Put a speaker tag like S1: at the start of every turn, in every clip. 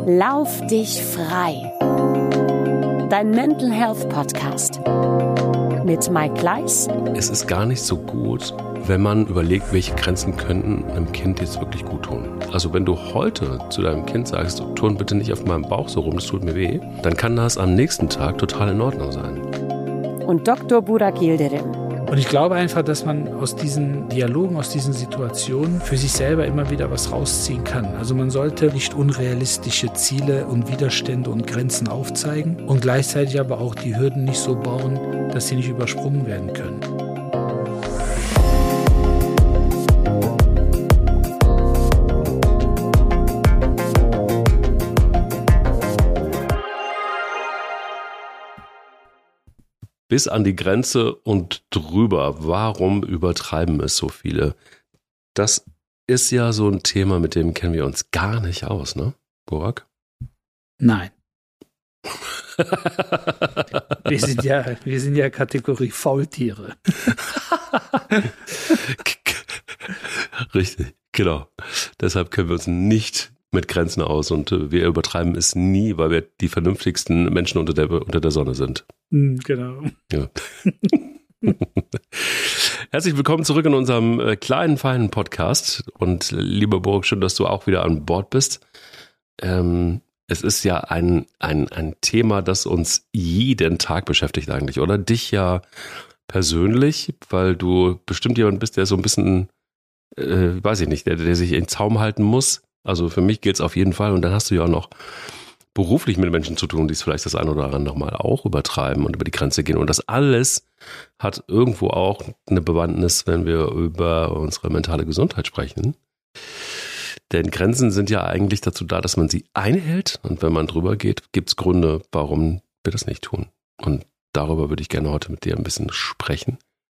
S1: Lauf dich frei. Dein Mental Health Podcast mit Mike Kleiss.
S2: Es ist gar nicht so gut, wenn man überlegt, welche Grenzen könnten einem Kind jetzt wirklich gut tun. Also wenn du heute zu deinem Kind sagst, turn bitte nicht auf meinem Bauch so rum, das tut mir weh, dann kann das am nächsten Tag total in Ordnung sein.
S1: Und Dr. Burak Yildirim.
S3: Und ich glaube einfach, dass man aus diesen Dialogen, aus diesen Situationen für sich selber immer wieder was rausziehen kann. Also man sollte nicht unrealistische Ziele und Widerstände und Grenzen aufzeigen und gleichzeitig aber auch die Hürden nicht so bauen, dass sie nicht übersprungen werden können.
S2: Bis an die Grenze und drüber. Warum übertreiben es so viele? Das ist ja so ein Thema, mit dem kennen wir uns gar nicht aus, ne, Burak?
S3: Nein. wir sind ja Kategorie Faultiere.
S2: Richtig, genau. Deshalb kennen wir uns nicht mit Grenzen aus und wir übertreiben es nie, weil wir die vernünftigsten Menschen unter der Sonne sind.
S3: Genau.
S2: Ja. Herzlich willkommen zurück in unserem kleinen, feinen Podcast. Und lieber Burak, schön, dass du auch wieder an Bord bist. Es ist ja ein Thema, das uns jeden Tag beschäftigt eigentlich, oder? Dich ja persönlich, weil du bestimmt jemand bist, der so ein bisschen, weiß ich nicht, der sich in Zaum halten muss. Also für mich gilt es auf jeden Fall. Und dann hast du ja auch noch beruflich mit Menschen zu tun, die es vielleicht das ein oder andere nochmal auch übertreiben und über die Grenze gehen. Und das alles hat irgendwo auch eine Bewandtnis, wenn wir über unsere mentale Gesundheit sprechen. Denn Grenzen sind ja eigentlich dazu da, dass man sie einhält. Und wenn man drüber geht, gibt es Gründe, warum wir das nicht tun. Und darüber würde ich gerne heute mit dir ein bisschen sprechen.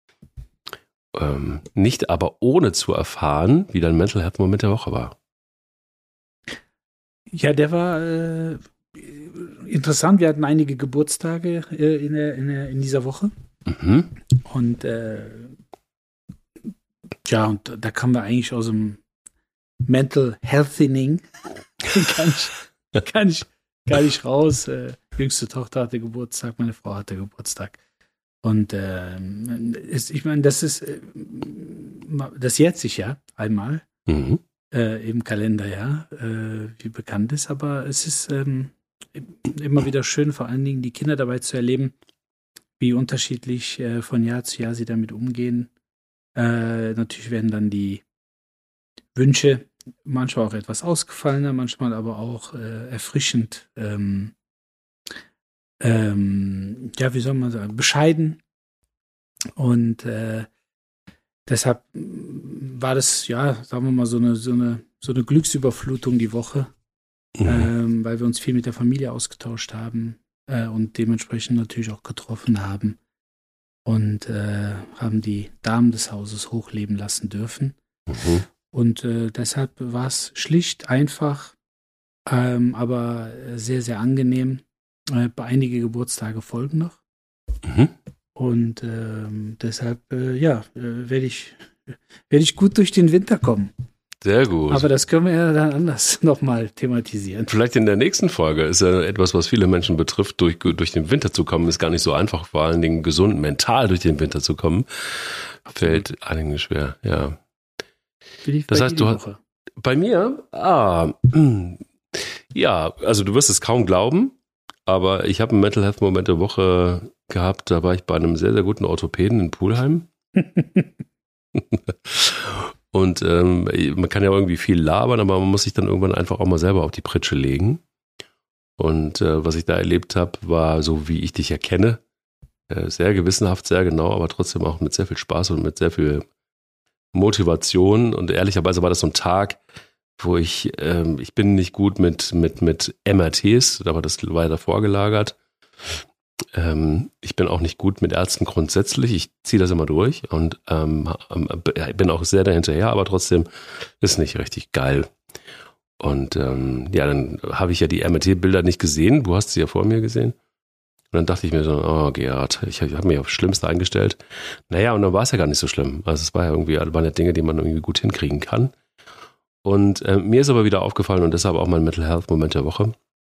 S2: Nicht aber ohne zu erfahren, wie dein Mental Health Moment der Woche war.
S3: Ja, der war interessant. Wir hatten einige Geburtstage in dieser Woche.
S2: Mhm. Und
S3: und da kamen wir eigentlich aus dem Mental Healthing. kann ich raus. Jüngste Tochter hatte Geburtstag, meine Frau hatte Geburtstag. Und ich meine, das jährt sich ja einmal.
S2: Mhm.
S3: Im Kalenderjahr, wie bekannt ist, aber es ist immer wieder schön, vor allen Dingen die Kinder dabei zu erleben, wie unterschiedlich von Jahr zu Jahr sie damit umgehen. Natürlich werden dann die Wünsche manchmal auch etwas ausgefallener, manchmal aber auch erfrischend, wie soll man sagen, bescheiden. Und deshalb war das, ja, sagen wir mal, so eine Glücksüberflutung die Woche, weil wir uns viel mit der Familie ausgetauscht haben und dementsprechend natürlich auch getroffen haben und haben die Damen des Hauses hochleben lassen dürfen.
S2: Mhm.
S3: Und deshalb war es schlicht, einfach, aber sehr, sehr angenehm. Einige Geburtstage folgen noch.
S2: Mhm.
S3: Und deshalb, werde ich gut durch den Winter kommen.
S2: Sehr gut.
S3: Aber das können wir ja dann anders nochmal thematisieren.
S2: Vielleicht in der nächsten Folge ist ja etwas, was viele Menschen betrifft, durch den Winter zu kommen, ist gar nicht so einfach, vor allen Dingen gesund, mental durch den Winter zu kommen. Fällt einigen schwer, ja. Das heißt, bei mir, ja, also du wirst es kaum glauben, aber ich habe einen Mental Health Moment der Woche gehabt, da war ich bei einem sehr, sehr guten Orthopäden in Pulheim. Und man kann ja irgendwie viel labern, aber man muss sich dann irgendwann einfach auch mal selber auf die Pritsche legen. Und was ich da erlebt habe, war so, wie ich dich erkenne. Sehr gewissenhaft, sehr genau, aber trotzdem auch mit sehr viel Spaß und mit sehr viel Motivation. Und ehrlicherweise war das so ein Tag, wo ich bin nicht gut mit MRTs, aber das war ja davor gelagert. Ich bin auch nicht gut mit Ärzten grundsätzlich. Ich ziehe das immer durch und bin auch sehr dahinterher, aber trotzdem ist nicht richtig geil. Und dann habe ich ja die MRT-Bilder nicht gesehen. Du hast sie ja vor mir gesehen. Und dann dachte ich mir so, oh Gerhard, ich habe mich aufs Schlimmste eingestellt. Naja, und dann war es ja gar nicht so schlimm. Also es war ja waren ja Dinge, die man irgendwie gut hinkriegen kann. Und mir ist aber wieder aufgefallen und deshalb auch mein Mental Health Moment der Woche,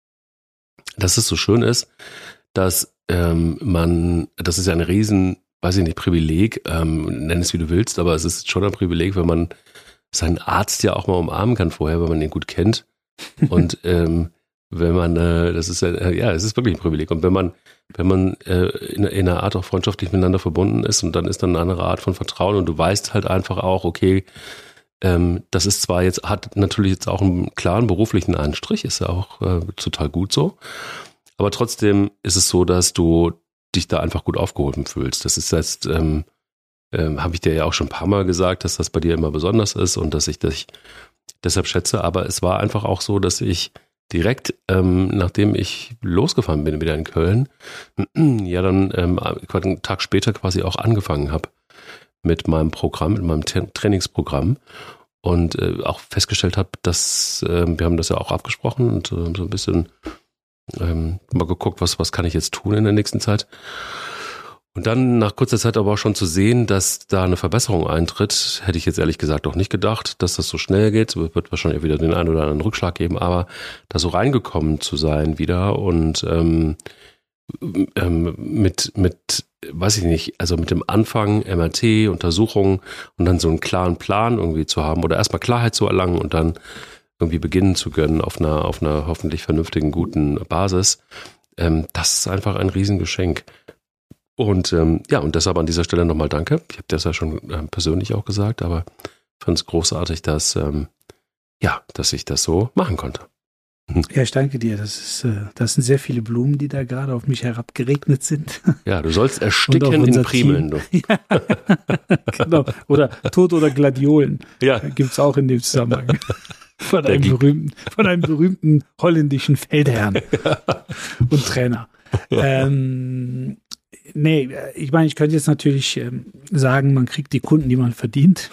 S2: dass es so schön ist, dass das ist ja ein riesen, weiß ich nicht, Privileg, nenn es wie du willst, aber es ist schon ein Privileg, wenn man seinen Arzt ja auch mal umarmen kann vorher, wenn man ihn gut kennt. Und wenn man, das ist es ist wirklich ein Privileg. Und wenn man in einer Art auch freundschaftlich miteinander verbunden ist und dann ist dann eine andere Art von Vertrauen und du weißt halt einfach auch, okay, das ist zwar jetzt, hat natürlich jetzt auch einen klaren beruflichen Anstrich, ist ja auch total gut so, aber trotzdem ist es so, dass du dich da einfach gut aufgehoben fühlst. Das ist jetzt, habe ich dir ja auch schon ein paar Mal gesagt, dass das bei dir immer besonders ist und dass ich dich deshalb schätze, aber es war einfach auch so, dass ich direkt, nachdem ich losgefahren bin wieder in Köln, ja dann einen Tag später quasi auch angefangen habe mit meinem Programm, mit meinem Trainingsprogramm und auch festgestellt habe, dass wir haben das ja auch abgesprochen und so ein bisschen mal geguckt, was kann ich jetzt tun in der nächsten Zeit. Und dann nach kurzer Zeit aber auch schon zu sehen, dass da eine Verbesserung eintritt, hätte ich jetzt ehrlich gesagt auch nicht gedacht, dass das so schnell geht. Es wird wahrscheinlich wieder den einen oder anderen Rückschlag geben, aber da so reingekommen zu sein wieder und mit, weiß ich nicht, also mit dem Anfang MRT, Untersuchung und dann so einen klaren Plan irgendwie zu haben oder erstmal Klarheit zu erlangen und dann irgendwie beginnen zu können auf einer hoffentlich vernünftigen, guten Basis. Das ist einfach ein Riesengeschenk. Und und deshalb an dieser Stelle nochmal danke. Ich habe das ja schon persönlich auch gesagt, aber fand es großartig, dass ich das so machen konnte.
S3: Ja, ich danke dir. Das sind sehr viele Blumen, die da gerade auf mich herabgeregnet sind.
S2: Ja, du sollst ersticken in Primeln. Du.
S3: Ja, genau. Oder Tod oder Gladiolen.
S2: Ja.
S3: Gibt es auch in dem Zusammenhang. Von einem berühmten holländischen Feldherrn und Trainer. Nee, ich meine, ich könnte jetzt natürlich sagen, man kriegt die Kunden, die man verdient.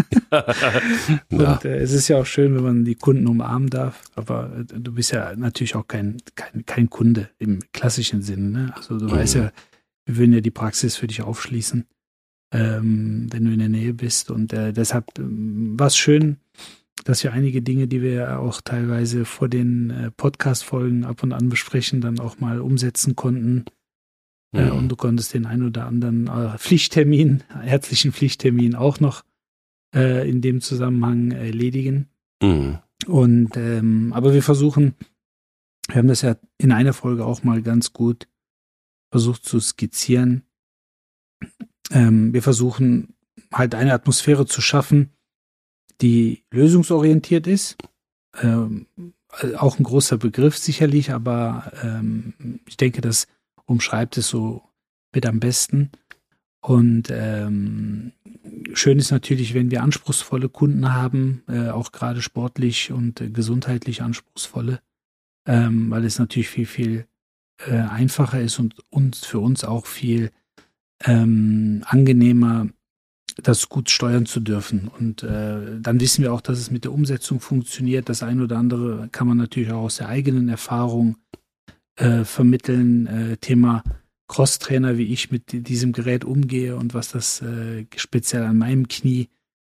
S3: Und es ist ja auch schön, wenn man die Kunden umarmen darf, aber du bist ja natürlich auch kein Kunde im klassischen Sinne. Ne? Also du weißt ja, wir würden ja die Praxis für dich aufschließen, wenn du in der Nähe bist. Und deshalb war es schön, dass wir einige Dinge, die wir auch teilweise vor den Podcast-Folgen ab und an besprechen, dann auch mal umsetzen konnten. Und du konntest den einen oder anderen herzlichen Pflichttermin auch noch in dem Zusammenhang erledigen. Und aber wir haben das ja in einer Folge auch mal ganz gut versucht zu skizzieren. Wir versuchen halt eine Atmosphäre zu schaffen, die lösungsorientiert ist. Auch ein großer Begriff sicherlich, aber ich denke, das umschreibt es so mit am besten. Und schön ist natürlich, wenn wir anspruchsvolle Kunden haben, auch gerade sportlich und gesundheitlich anspruchsvolle, weil es natürlich viel, viel einfacher ist und für uns auch viel angenehmer, das gut steuern zu dürfen. Und dann wissen wir auch, dass es mit der Umsetzung funktioniert. Das eine oder andere kann man natürlich auch aus der eigenen Erfahrung vermitteln. Thema Crosstrainer, wie ich mit diesem Gerät umgehe und was das speziell an meinem Knie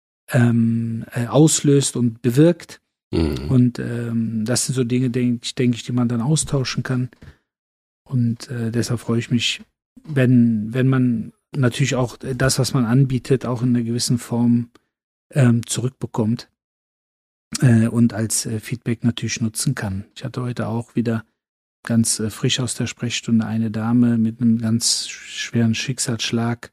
S3: auslöst und bewirkt. Und das sind so Dinge, denke ich, die man dann austauschen kann. Und deshalb freue ich mich, wenn man natürlich auch das, was man anbietet, auch in einer gewissen Form zurückbekommt und als Feedback natürlich nutzen kann. Ich hatte heute auch wieder ganz frisch aus der Sprechstunde eine Dame mit einem ganz schweren Schicksalsschlag,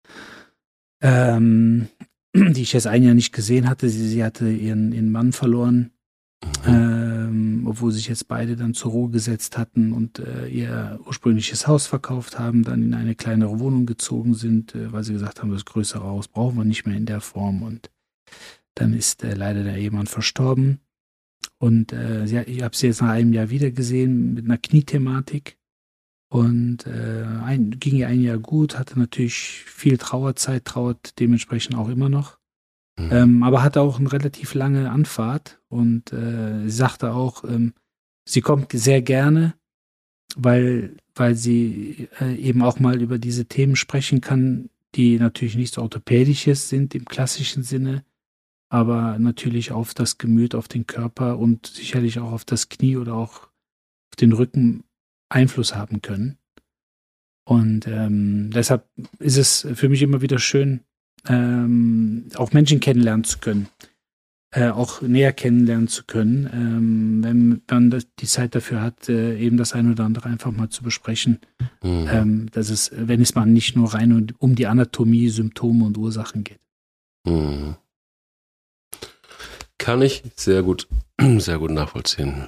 S3: die ich jetzt ein Jahr nicht gesehen hatte. Sie hatte ihren Mann verloren, obwohl sich jetzt beide dann zur Ruhe gesetzt hatten und ihr ursprüngliches Haus verkauft haben, dann in eine kleinere Wohnung gezogen sind, weil sie gesagt haben, das größere Haus brauchen wir nicht mehr in der Form. Und dann ist leider der Ehemann verstorben. Und ich habe sie jetzt nach einem Jahr wieder gesehen mit einer Kniethematik. Und ging ihr ein Jahr gut, hatte natürlich viel Trauerzeit, trauert dementsprechend auch immer noch. Aber hatte auch eine relativ lange Anfahrt und sie sagte auch, sie kommt sehr gerne, weil sie eben auch mal über diese Themen sprechen kann, die natürlich nichts Orthopädisches sind im klassischen Sinne, aber natürlich auf das Gemüt, auf den Körper und sicherlich auch auf das Knie oder auch auf den Rücken Einfluss haben können. Und deshalb ist es für mich immer wieder schön, auch Menschen kennenlernen zu können, auch näher kennenlernen zu können, wenn man die Zeit dafür hat, eben das eine oder andere einfach mal zu besprechen. Dass es, wenn es mal nicht nur rein um die Anatomie, Symptome und Ursachen geht.
S2: Kann ich sehr gut nachvollziehen.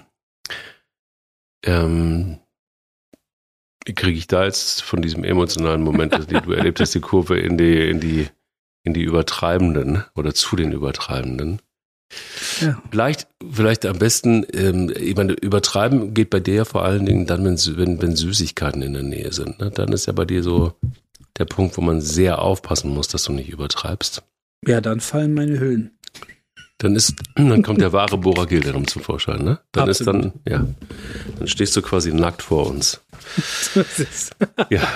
S2: Kriege ich da jetzt von diesem emotionalen Moment, den du erlebt hast, die Kurve in die Übertreibenden oder zu den Übertreibenden? Ja. Vielleicht am besten, ich meine, übertreiben geht bei dir ja vor allen Dingen dann, wenn Süßigkeiten in der Nähe sind. Ne? Dann ist ja bei dir so der Punkt, wo man sehr aufpassen muss, dass du nicht übertreibst.
S3: Ja, dann fallen meine Hüllen.
S2: Dann kommt der wahre Bora Gilderim zum Vorschein, ne? Dann stehst du quasi nackt vor uns. Ja.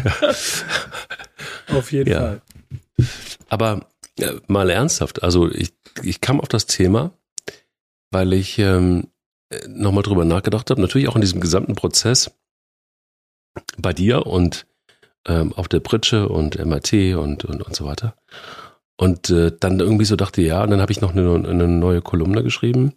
S3: Auf jeden Fall.
S2: Aber mal ernsthaft, also ich kam auf das Thema, weil ich nochmal drüber nachgedacht habe, natürlich auch in diesem gesamten Prozess bei dir und auf der Pritsche und MRT und so weiter. Und dann irgendwie so dachte, ja, und dann habe ich noch eine neue Kolumne geschrieben.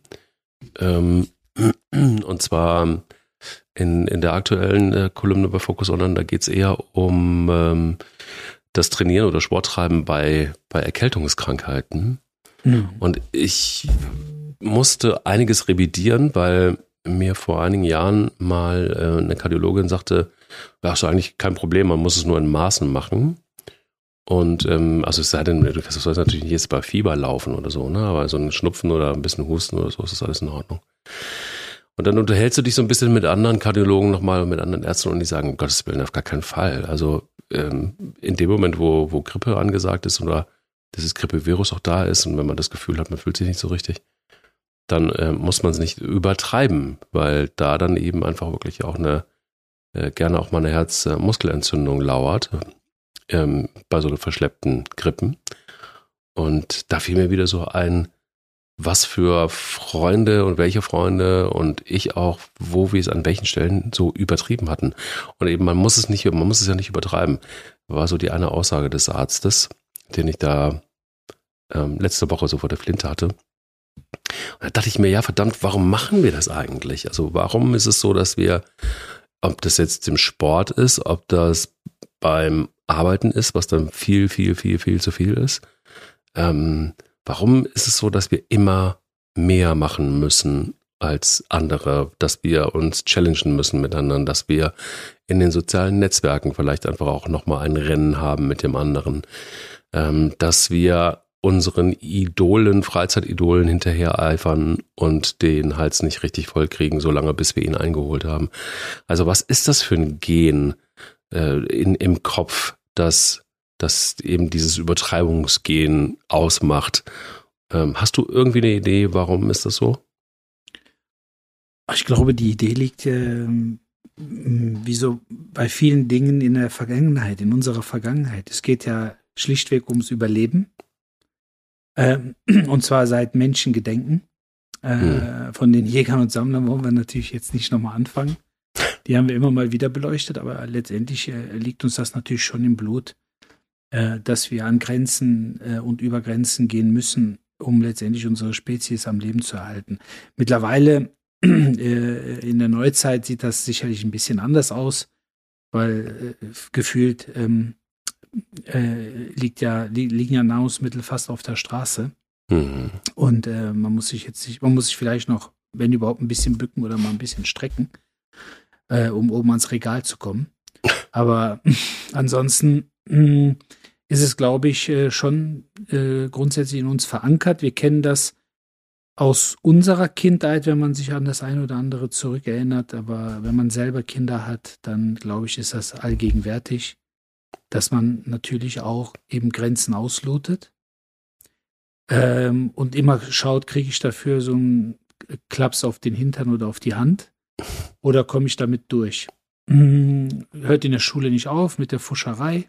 S2: Und zwar in der aktuellen Kolumne bei Focus Online, da geht es eher um das Trainieren oder Sporttreiben bei Erkältungskrankheiten. Und ich musste einiges revidieren, weil mir vor einigen Jahren mal eine Kardiologin sagte, ja, ist eigentlich kein Problem, man muss es nur in Maßen machen. Und also es sei denn, das soll natürlich nicht jetzt bei Fieber laufen oder so, ne? Aber so ein Schnupfen oder ein bisschen Husten oder so, ist das alles in Ordnung. Und dann unterhältst du dich so ein bisschen mit anderen Kardiologen nochmal, mit anderen Ärzten und die sagen, um Gottes Willen, auf gar keinen Fall. Also in dem Moment, wo Grippe angesagt ist oder dieses Grippevirus auch da ist und wenn man das Gefühl hat, man fühlt sich nicht so richtig, dann muss man es nicht übertreiben, weil da dann eben einfach wirklich auch gerne auch mal eine Herzmuskelentzündung lauert. Bei so verschleppten Grippen. Und da fiel mir wieder so ein, was für Freunde und welche Freunde und ich auch, wo wir es an welchen Stellen so übertrieben hatten. Und eben, man muss es ja nicht übertreiben. War so die eine Aussage des Arztes, den ich da letzte Woche so vor der Flinte hatte. Und da dachte ich mir, ja verdammt, warum machen wir das eigentlich? Also warum ist es so, dass wir, ob das jetzt im Sport ist, ob das beim Arbeiten ist, was dann viel, viel, viel, viel zu viel ist. Warum ist es so, dass wir immer mehr machen müssen als andere, dass wir uns challengen müssen miteinander, dass wir in den sozialen Netzwerken vielleicht einfach auch nochmal ein Rennen haben mit dem anderen, dass wir unseren Freizeit-Idolen hinterher eifern und den Hals nicht richtig voll kriegen, solange bis wir ihn eingeholt haben. Also was ist das für ein Gen im Kopf, das eben dieses Übertreibungsgen ausmacht? Hast du irgendwie eine Idee, warum ist das so?
S3: Ich glaube, die Idee liegt wie so bei vielen Dingen in der Vergangenheit, in unserer Vergangenheit. Es geht ja schlichtweg ums Überleben. Und zwar seit Menschengedenken. Von den Jägern und Sammlern wollen wir natürlich jetzt nicht nochmal anfangen. Die haben wir immer mal wieder beleuchtet, aber letztendlich liegt uns das natürlich schon im Blut, dass wir an Grenzen und über Grenzen gehen müssen, um letztendlich unsere Spezies am Leben zu erhalten. Mittlerweile in der Neuzeit sieht das sicherlich ein bisschen anders aus, weil gefühlt liegen ja Nahrungsmittel fast auf der Straße. Und man muss sich vielleicht noch, wenn überhaupt, ein bisschen bücken oder mal ein bisschen strecken, um oben ans Regal zu kommen. Aber ansonsten ist es, glaube ich, schon grundsätzlich in uns verankert. Wir kennen das aus unserer Kindheit, wenn man sich an das eine oder andere zurückerinnert. Aber wenn man selber Kinder hat, dann, glaube ich, ist das allgegenwärtig, dass man natürlich auch eben Grenzen auslotet und immer schaut, kriege ich dafür so einen Klaps auf den Hintern oder auf die Hand oder komme ich damit durch? Hört in der Schule nicht auf mit der Pfuscherei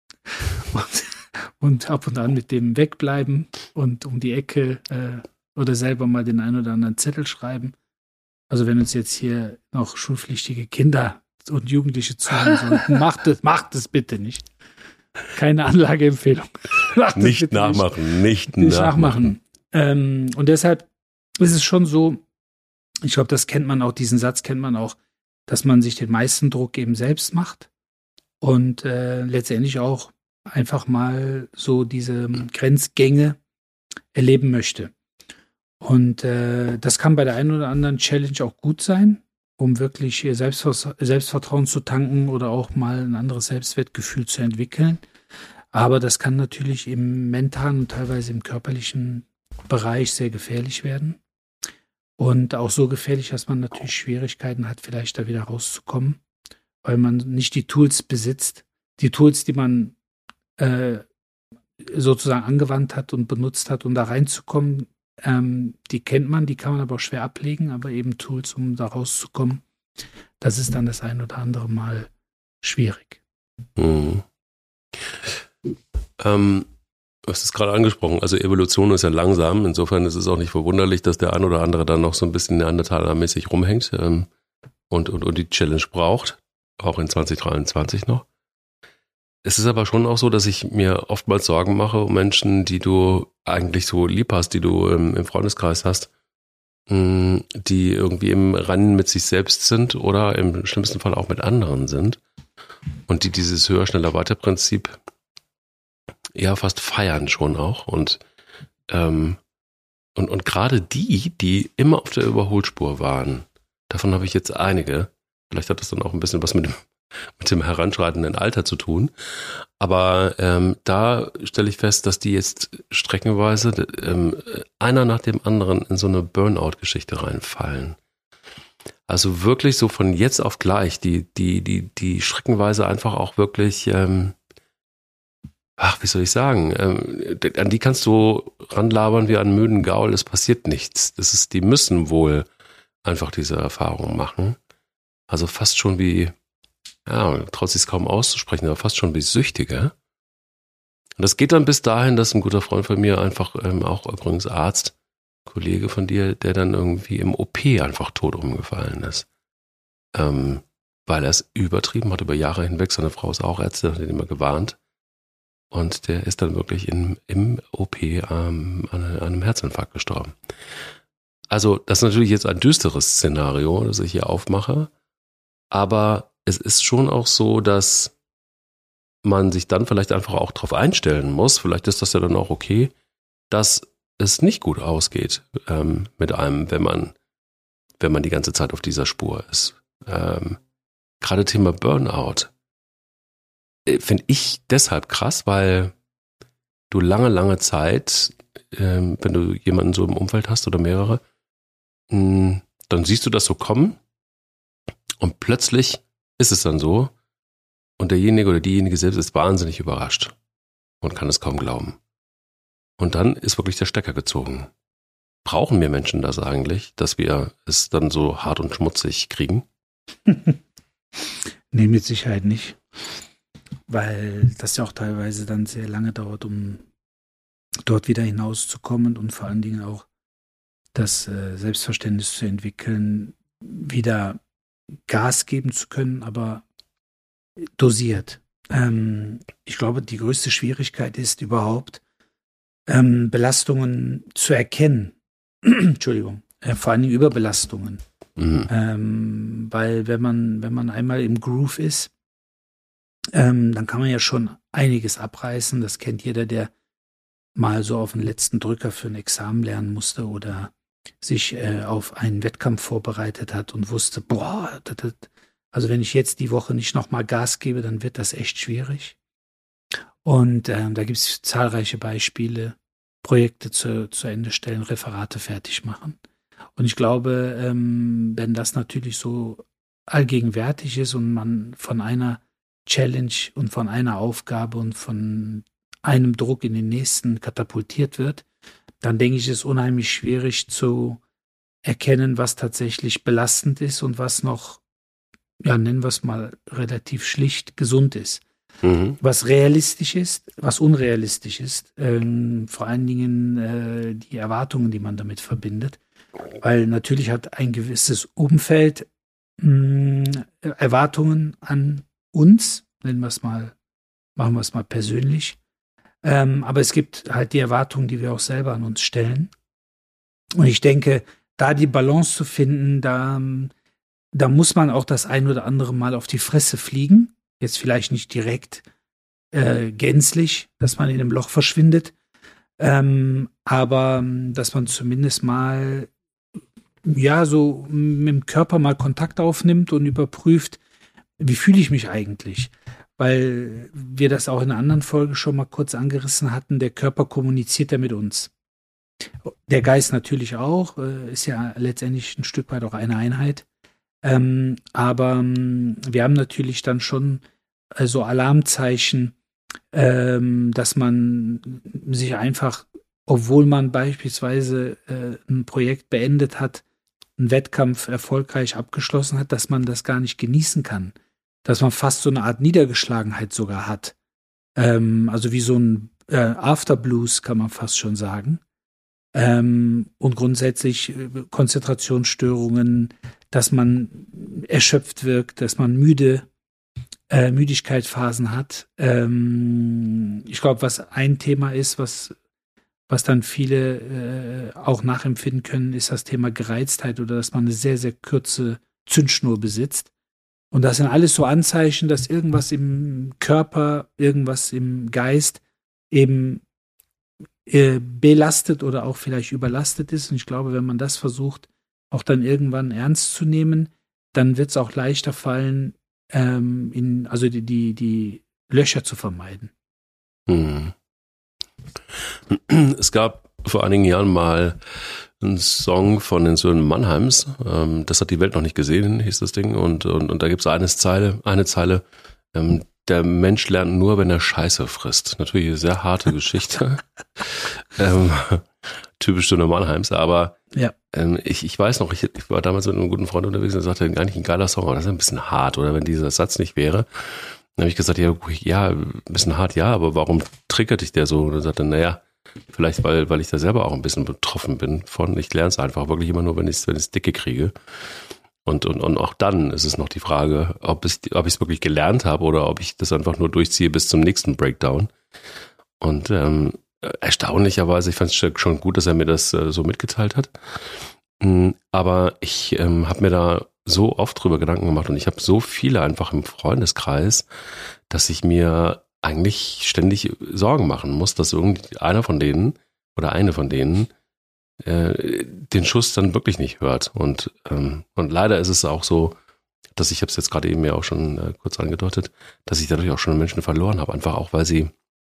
S3: und ab und an mit dem Wegbleiben und um die Ecke oder selber mal den einen oder anderen Zettel schreiben. Also wenn uns jetzt hier noch schulpflichtige Kinder und Jugendliche zuhören sollten. Macht es bitte nicht. Keine Anlageempfehlung.
S2: Nicht nachmachen.
S3: Und deshalb ist es schon so, ich glaube, das kennt man auch, diesen Satz kennt man auch, dass man sich den meisten Druck eben selbst macht und letztendlich auch einfach mal so diese Grenzgänge erleben möchte. Und das kann bei der einen oder anderen Challenge auch gut sein, um wirklich Selbstvertrauen zu tanken oder auch mal ein anderes Selbstwertgefühl zu entwickeln. Aber das kann natürlich im mentalen und teilweise im körperlichen Bereich sehr gefährlich werden. Und auch so gefährlich, dass man natürlich Schwierigkeiten hat, vielleicht da wieder rauszukommen, weil man nicht die Tools besitzt. Die Tools, die man sozusagen angewandt hat und benutzt hat, um da reinzukommen, die kennt man, die kann man aber auch schwer ablegen, aber eben Tools, um da rauszukommen, das ist dann das ein oder andere Mal schwierig.
S2: Mhm. Du hast es gerade angesprochen, also Evolution ist ja langsam, insofern ist es auch nicht verwunderlich, dass der ein oder andere dann noch so ein bisschen Neandertaler-mäßig rumhängt und die Challenge braucht, auch in 2023 noch. Es ist aber schon auch so, dass ich mir oftmals Sorgen mache um Menschen, die du eigentlich so lieb hast, die du im Freundeskreis hast, die irgendwie im Rennen mit sich selbst sind oder im schlimmsten Fall auch mit anderen sind und die dieses höher, schneller, weiter Prinzip ja fast feiern schon auch und gerade die immer auf der Überholspur waren, davon habe ich jetzt einige. Vielleicht hat das dann auch ein bisschen was mit dem heranschreitenden Alter zu tun. Aber da stelle ich fest, dass die jetzt streckenweise einer nach dem anderen in so eine Burnout-Geschichte reinfallen. Also wirklich so von jetzt auf gleich, die streckenweise einfach auch wirklich, wie soll ich sagen, an die kannst du ranlabern wie an müden Gaul, es passiert nichts. Die müssen wohl einfach diese Erfahrung machen. Also fast schon wie, traut sich es kaum auszusprechen, aber fast schon wie Süchtige. Und das geht dann bis dahin, dass ein guter Freund von mir einfach, auch übrigens Arzt, Kollege von dir, der dann irgendwie im OP einfach tot umgefallen ist. Weil er es übertrieben hat über Jahre hinweg. Seine Frau ist auch Ärztin, hat ihn immer gewarnt. Und der ist dann wirklich im OP an einem Herzinfarkt gestorben. Also das ist natürlich jetzt ein düsteres Szenario, das ich hier aufmache. Aber es ist schon auch so, dass man sich dann vielleicht einfach auch darauf einstellen muss, vielleicht ist das ja dann auch okay, dass es nicht gut ausgeht mit einem, wenn man die ganze Zeit auf dieser Spur ist. Gerade Thema Burnout finde ich deshalb krass, weil du lange Zeit, wenn du jemanden so im Umfeld hast oder mehrere, dann siehst du das so kommen und plötzlich ist es dann so und derjenige oder diejenige selbst ist wahnsinnig überrascht und kann es kaum glauben. Und dann ist wirklich der Stecker gezogen. Brauchen wir Menschen das eigentlich, dass wir es dann so hart und schmutzig kriegen?
S3: Nee, mit Sicherheit nicht. Weil das ja auch teilweise dann sehr lange dauert, um dort wieder hinauszukommen und vor allen Dingen auch das Selbstverständnis zu entwickeln, wieder Gas geben zu können, aber dosiert. Ich glaube, die größte Schwierigkeit ist überhaupt, Belastungen zu erkennen. Entschuldigung, vor allen Dingen Überbelastungen. Mhm. Weil wenn man einmal im Groove ist, dann kann man ja schon einiges abreißen. Das kennt jeder, der mal so auf den letzten Drücker für ein Examen lernen musste oder sich auf einen Wettkampf vorbereitet hat und wusste, also wenn ich jetzt die Woche nicht nochmal Gas gebe, dann wird das echt schwierig. Und da gibt es zahlreiche Beispiele, Projekte zu Ende stellen, Referate fertig machen. Und ich glaube, wenn das natürlich so allgegenwärtig ist und man von einer Challenge und von einer Aufgabe und von einem Druck in den nächsten katapultiert wird, dann denke ich, ist es unheimlich schwierig zu erkennen, was tatsächlich belastend ist und was noch, nennen wir es mal, relativ schlicht gesund ist. Mhm. Was realistisch ist, was unrealistisch ist, vor allen Dingen die Erwartungen, die man damit verbindet. Weil natürlich hat ein gewisses Umfeld Erwartungen an uns, machen wir es mal persönlich. Aber es gibt halt die Erwartungen, die wir auch selber an uns stellen. Und ich denke, da die Balance zu finden, da muss man auch das ein oder andere Mal auf die Fresse fliegen. Jetzt vielleicht nicht direkt gänzlich, dass man in einem Loch verschwindet, aber dass man zumindest mal so mit dem Körper mal Kontakt aufnimmt und überprüft, wie fühle ich mich eigentlich? Weil wir das auch in einer anderen Folge schon mal kurz angerissen hatten, der Körper kommuniziert ja mit uns. Der Geist natürlich auch, ist ja letztendlich ein Stück weit auch eine Einheit. Aber wir haben natürlich dann schon so Alarmzeichen, dass man sich einfach, obwohl man beispielsweise ein Projekt beendet hat, einen Wettkampf erfolgreich abgeschlossen hat, dass man das gar nicht genießen kann. Dass man fast so eine Art Niedergeschlagenheit sogar hat. Also wie so ein Afterblues, kann man fast schon sagen. Und grundsätzlich Konzentrationsstörungen, dass man erschöpft wirkt, dass man Müdigkeitsphasen hat. Ich glaube, was ein Thema ist, was dann viele auch nachempfinden können, ist das Thema Gereiztheit oder dass man eine sehr, sehr kurze Zündschnur besitzt. Und das sind alles so Anzeichen, dass irgendwas im Körper, irgendwas im Geist eben belastet oder auch vielleicht überlastet ist. Und ich glaube, wenn man das versucht, auch dann irgendwann ernst zu nehmen, dann wird es auch leichter fallen, also die Löcher zu vermeiden.
S2: Es gab vor einigen Jahren mal einen Song von den Söhnen Mannheims. Das hat die Welt noch nicht gesehen, hieß das Ding. Und da gibt es eine Zeile, der Mensch lernt nur, wenn er Scheiße frisst. Natürlich eine sehr harte Geschichte. Typisch Söhne Mannheims, aber
S3: ja.
S2: Ich weiß noch, ich war damals mit einem guten Freund unterwegs und sagte, eigentlich ein geiler Song, aber das ist ein bisschen hart, oder wenn dieser Satz nicht wäre. Dann habe ich gesagt, ja, ein bisschen hart, ja, aber warum triggert dich der so? Und er sagte, naja, vielleicht weil ich da selber auch ein bisschen betroffen bin von. Ich lerne es einfach wirklich immer nur, wenn ich es dicke kriege. Und auch dann ist es noch die Frage, ob ich es wirklich gelernt habe oder ob ich das einfach nur durchziehe bis zum nächsten Breakdown. Und erstaunlicherweise, ich fand es schon gut, dass er mir das so mitgeteilt hat. Aber ich habe mir da so oft drüber Gedanken gemacht und ich habe so viele einfach im Freundeskreis, dass ich mir eigentlich ständig Sorgen machen muss, dass irgendeiner von denen oder eine von denen den Schuss dann wirklich nicht hört. Und leider ist es auch so, dass ich habe es jetzt gerade eben ja auch schon kurz angedeutet, dass ich dadurch auch schon Menschen verloren habe, einfach auch, weil sie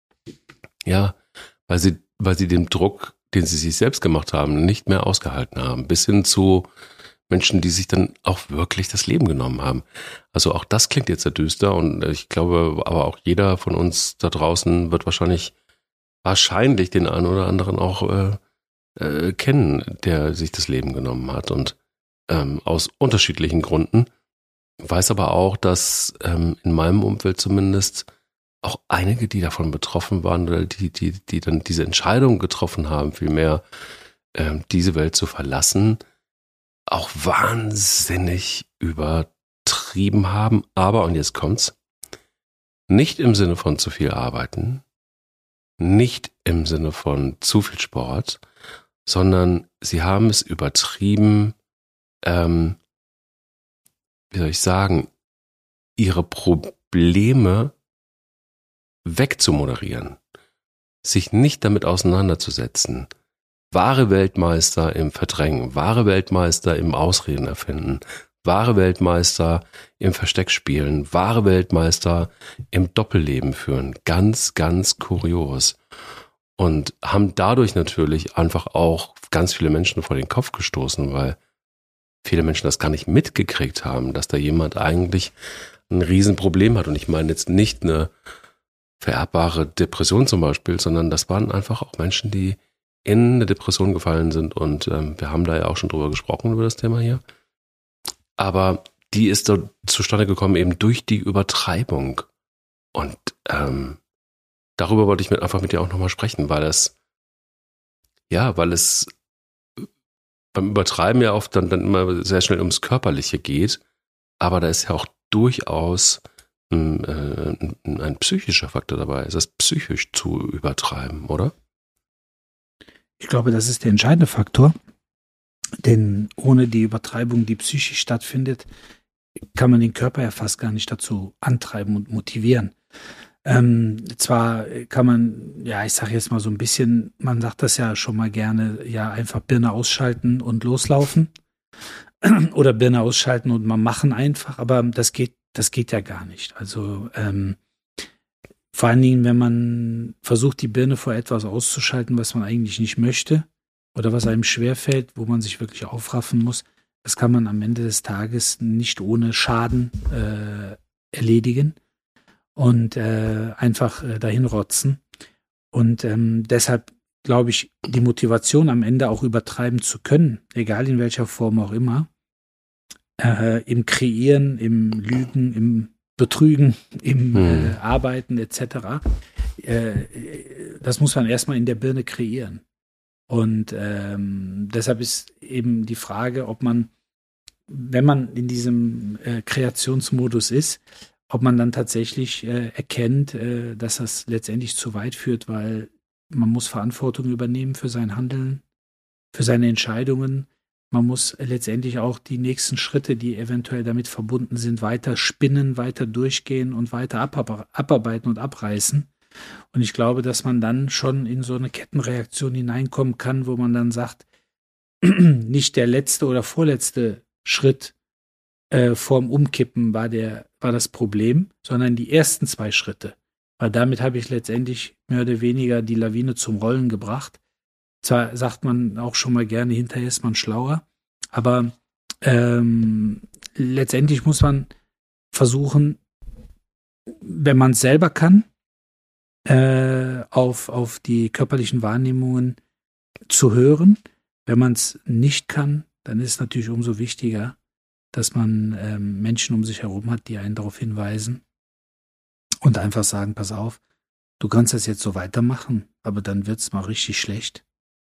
S2: den Druck, den sie sich selbst gemacht haben, nicht mehr ausgehalten haben, bis hin zu Menschen, die sich dann auch wirklich das Leben genommen haben. Also auch das klingt jetzt sehr düster und ich glaube, aber auch jeder von uns da draußen wird wahrscheinlich den einen oder anderen auch kennen, der sich das Leben genommen hat und aus unterschiedlichen Gründen. Weiß aber auch, dass in meinem Umfeld zumindest auch einige, die davon betroffen waren oder die dann diese Entscheidung getroffen haben, vielmehr diese Welt zu verlassen, auch wahnsinnig übertrieben haben. Aber, und jetzt kommt's, nicht im Sinne von zu viel arbeiten, nicht im Sinne von zu viel Sport, sondern sie haben es übertrieben, wie soll ich sagen, ihre Probleme wegzumoderieren, sich nicht damit auseinanderzusetzen. Wahre Weltmeister im Verdrängen, wahre Weltmeister im Ausreden erfinden, wahre Weltmeister im Versteckspielen, wahre Weltmeister im Doppelleben führen. Ganz, ganz kurios. Und haben dadurch natürlich einfach auch ganz viele Menschen vor den Kopf gestoßen, weil viele Menschen das gar nicht mitgekriegt haben, dass da jemand eigentlich ein Riesenproblem hat. Und ich meine jetzt nicht eine vererbbare Depression zum Beispiel, sondern das waren einfach auch Menschen, die in eine Depression gefallen sind und wir haben da ja auch schon drüber gesprochen, über das Thema hier. Aber die ist dort zustande gekommen eben durch die Übertreibung. Und darüber wollte ich einfach mit dir auch nochmal sprechen, weil es beim Übertreiben ja oft dann immer sehr schnell ums Körperliche geht aber da ist ja auch durchaus ein psychischer Faktor dabei. Ist das psychisch zu übertreiben, oder?
S3: Ich glaube, das ist der entscheidende Faktor, denn ohne die Übertreibung, die psychisch stattfindet, kann man den Körper ja fast gar nicht dazu antreiben und motivieren. Zwar kann man, ja, ich sage jetzt mal so ein bisschen, man sagt das ja schon mal gerne, ja, einfach Birne ausschalten und loslaufen oder Birne ausschalten und mal machen einfach, aber das geht ja gar nicht. Also vor allen Dingen, wenn man versucht, die Birne vor etwas auszuschalten, was man eigentlich nicht möchte oder was einem schwerfällt, wo man sich wirklich aufraffen muss, das kann man am Ende des Tages nicht ohne Schaden erledigen und einfach dahin rotzen. Und deshalb glaube ich, die Motivation am Ende auch übertreiben zu können, egal in welcher Form auch immer, im Kreieren, im Lügen, im Betrügen, im Arbeiten etc., das muss man erstmal in der Birne kreieren. Und deshalb ist eben die Frage, ob man, wenn man in diesem Kreationsmodus ist, ob man dann tatsächlich erkennt, dass das letztendlich zu weit führt, weil man muss Verantwortung übernehmen für sein Handeln, für seine Entscheidungen. Man muss letztendlich auch die nächsten Schritte, die eventuell damit verbunden sind, weiter spinnen, weiter durchgehen und weiter abarbeiten und abreißen. Und ich glaube, dass man dann schon in so eine Kettenreaktion hineinkommen kann, wo man dann sagt, nicht der letzte oder vorletzte Schritt vorm Umkippen war das Problem, sondern die ersten 2 Schritte. Weil damit habe ich letztendlich mehr oder weniger die Lawine zum Rollen gebracht. Zwar sagt man auch schon mal gerne, hinterher ist man schlauer, aber letztendlich muss man versuchen, wenn man es selber kann, auf die körperlichen Wahrnehmungen zu hören. Wenn man es nicht kann, dann ist es natürlich umso wichtiger, dass man Menschen um sich herum hat, die einen darauf hinweisen und einfach sagen, pass auf, du kannst das jetzt so weitermachen, aber dann wird es mal richtig schlecht,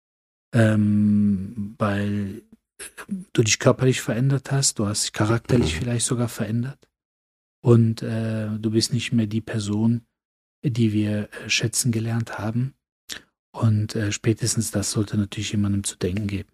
S3: weil du dich körperlich verändert hast, du hast dich charakterlich vielleicht sogar verändert und du bist nicht mehr die Person, die wir schätzen gelernt haben. Und spätestens das sollte natürlich jemandem zu denken geben.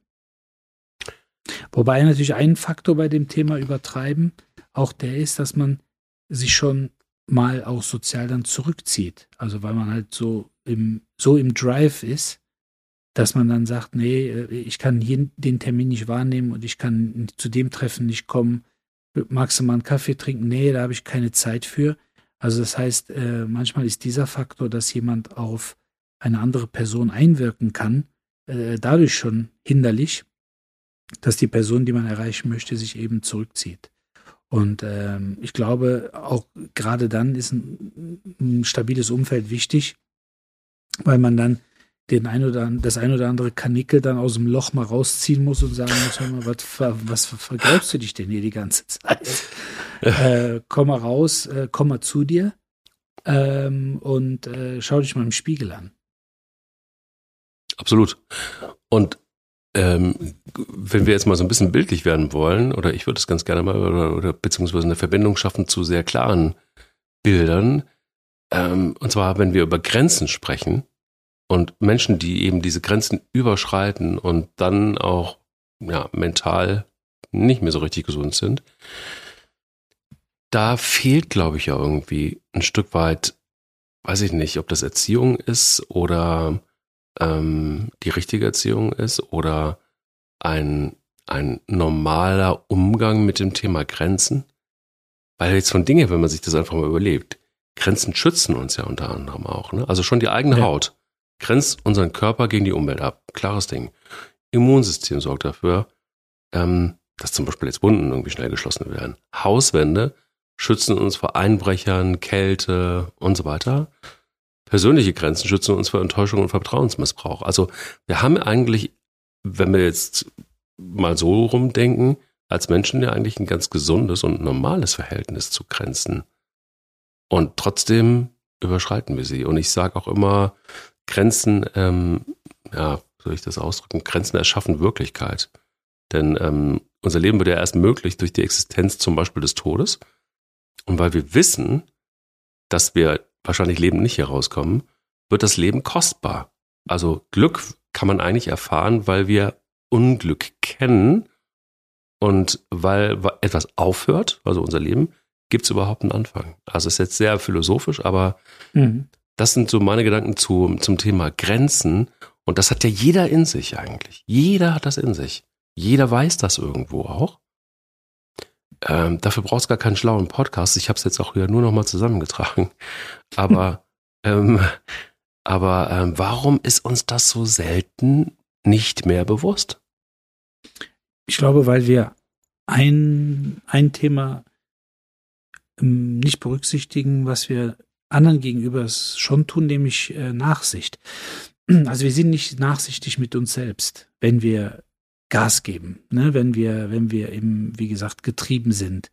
S3: Wobei natürlich ein Faktor bei dem Thema Übertreiben auch der ist, dass man sich schon mal auch sozial dann zurückzieht. Also weil man halt so im Drive ist, dass man dann sagt, nee, ich kann hier den Termin nicht wahrnehmen und ich kann zu dem Treffen nicht kommen. Magst du mal einen Kaffee trinken? Nee, da habe ich keine Zeit für. Also das heißt, manchmal ist dieser Faktor, dass jemand auf eine andere Person einwirken kann, dadurch schon hinderlich, dass die Person, die man erreichen möchte, sich eben zurückzieht. Und ich glaube, auch gerade dann ist ein stabiles Umfeld wichtig, weil man dann das ein oder andere Karnickel dann aus dem Loch mal rausziehen muss und sagen muss, hör mal, was vergräbst du dich denn hier die ganze Zeit? Komm mal raus, komm mal zu dir und schau dich mal im Spiegel an.
S2: Absolut. Und wenn wir jetzt mal so ein bisschen bildlich werden wollen, oder ich würde es ganz gerne mal, oder beziehungsweise eine Verbindung schaffen zu sehr klaren Bildern, und zwar, wenn wir über Grenzen sprechen und Menschen, die eben diese Grenzen überschreiten und dann auch mental nicht mehr so richtig gesund sind, da fehlt, glaube ich, ja irgendwie ein Stück weit, weiß ich nicht, ob das Erziehung ist oder die richtige Erziehung ist oder ein normaler Umgang mit dem Thema Grenzen. Weil jetzt von Dingen, wenn man sich das einfach mal überlebt, Grenzen schützen uns ja unter anderem auch. Ne? Also schon die eigene Haut grenzt unseren Körper gegen die Umwelt ab. Klares Ding. Immunsystem sorgt dafür, dass zum Beispiel jetzt Wunden irgendwie schnell geschlossen werden. Hauswände schützen uns vor Einbrechern, Kälte und so weiter. Persönliche Grenzen schützen uns vor Enttäuschung und Vertrauensmissbrauch. Also wir haben eigentlich, wenn wir jetzt mal so rumdenken, als Menschen ja eigentlich ein ganz gesundes und normales Verhältnis zu Grenzen. Und trotzdem überschreiten wir sie. Und ich sage auch immer, Grenzen, soll ich das ausdrücken? Grenzen erschaffen Wirklichkeit. Denn unser Leben wird ja erst möglich durch die Existenz zum Beispiel des Todes. Und weil wir wissen, dass wir wahrscheinlich lebend nicht hier rauskommen, wird das Leben kostbar. Also Glück kann man eigentlich erfahren, weil wir Unglück kennen. Und weil etwas aufhört, also unser Leben, gibt es überhaupt einen Anfang. Also es ist jetzt sehr philosophisch, aber das sind so meine Gedanken zum Thema Grenzen. Und das hat ja jeder in sich eigentlich. Jeder hat das in sich. Jeder weiß das irgendwo auch. Dafür brauchst du gar keinen schlauen Podcast. Ich habe es jetzt auch wieder nur noch mal zusammengetragen. Aber warum ist uns das so selten nicht mehr bewusst?
S3: Ich glaube, weil wir ein Thema nicht berücksichtigen, was wir anderen gegenüber schon tun, nämlich Nachsicht. Also wir sind nicht nachsichtig mit uns selbst, wenn wir Gas geben, ne? wenn wir eben, wie gesagt, getrieben sind.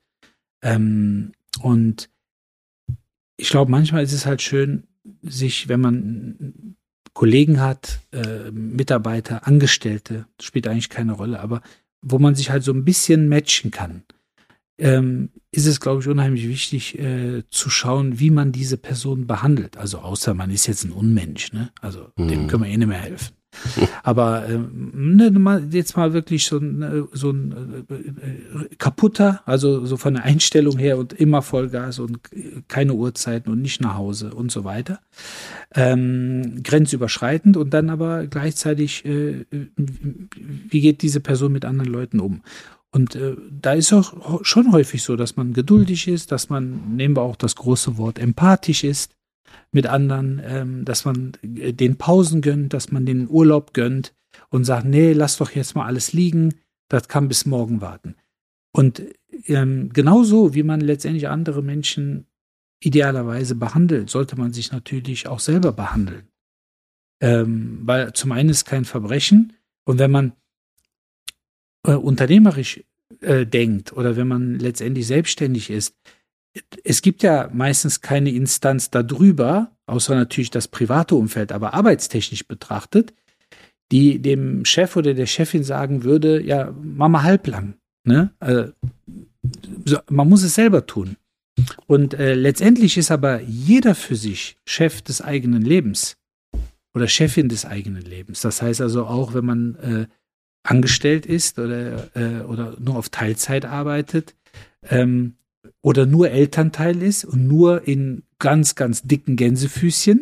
S3: Und ich glaube, manchmal ist es halt schön, sich, wenn man Kollegen hat, Mitarbeiter, Angestellte, das spielt eigentlich keine Rolle, aber wo man sich halt so ein bisschen matchen kann, ist es, glaube ich, unheimlich wichtig zu schauen, wie man diese Person behandelt. Also außer man ist jetzt ein Unmensch, ne? Also dem können wir eh nicht mehr helfen. Aber jetzt mal wirklich so ein kaputter, also so von der Einstellung her und immer Vollgas und keine Uhrzeiten und nicht nach Hause und so weiter. Grenzüberschreitend und dann aber gleichzeitig, wie geht diese Person mit anderen Leuten um? Und da ist auch schon häufig so, dass man geduldig ist, dass man, nehmen wir auch das große Wort, empathisch ist mit anderen, dass man den Pausen gönnt, dass man den Urlaub gönnt und sagt, nee, lass doch jetzt mal alles liegen, das kann bis morgen warten. Und genauso, wie man letztendlich andere Menschen idealerweise behandelt, sollte man sich natürlich auch selber behandeln. Weil zum einen ist kein Verbrechen und wenn man unternehmerisch denkt oder wenn man letztendlich selbstständig ist, es gibt ja meistens keine Instanz darüber, außer natürlich das private Umfeld, aber arbeitstechnisch betrachtet, die dem Chef oder der Chefin sagen würde, ja, mach mal halblang. Ne? Man muss es selber tun. Und letztendlich ist aber jeder für sich Chef des eigenen Lebens oder Chefin des eigenen Lebens. Das heißt also auch, wenn man angestellt ist oder nur auf Teilzeit arbeitet oder nur Elternteil ist und nur in ganz, ganz dicken Gänsefüßchen,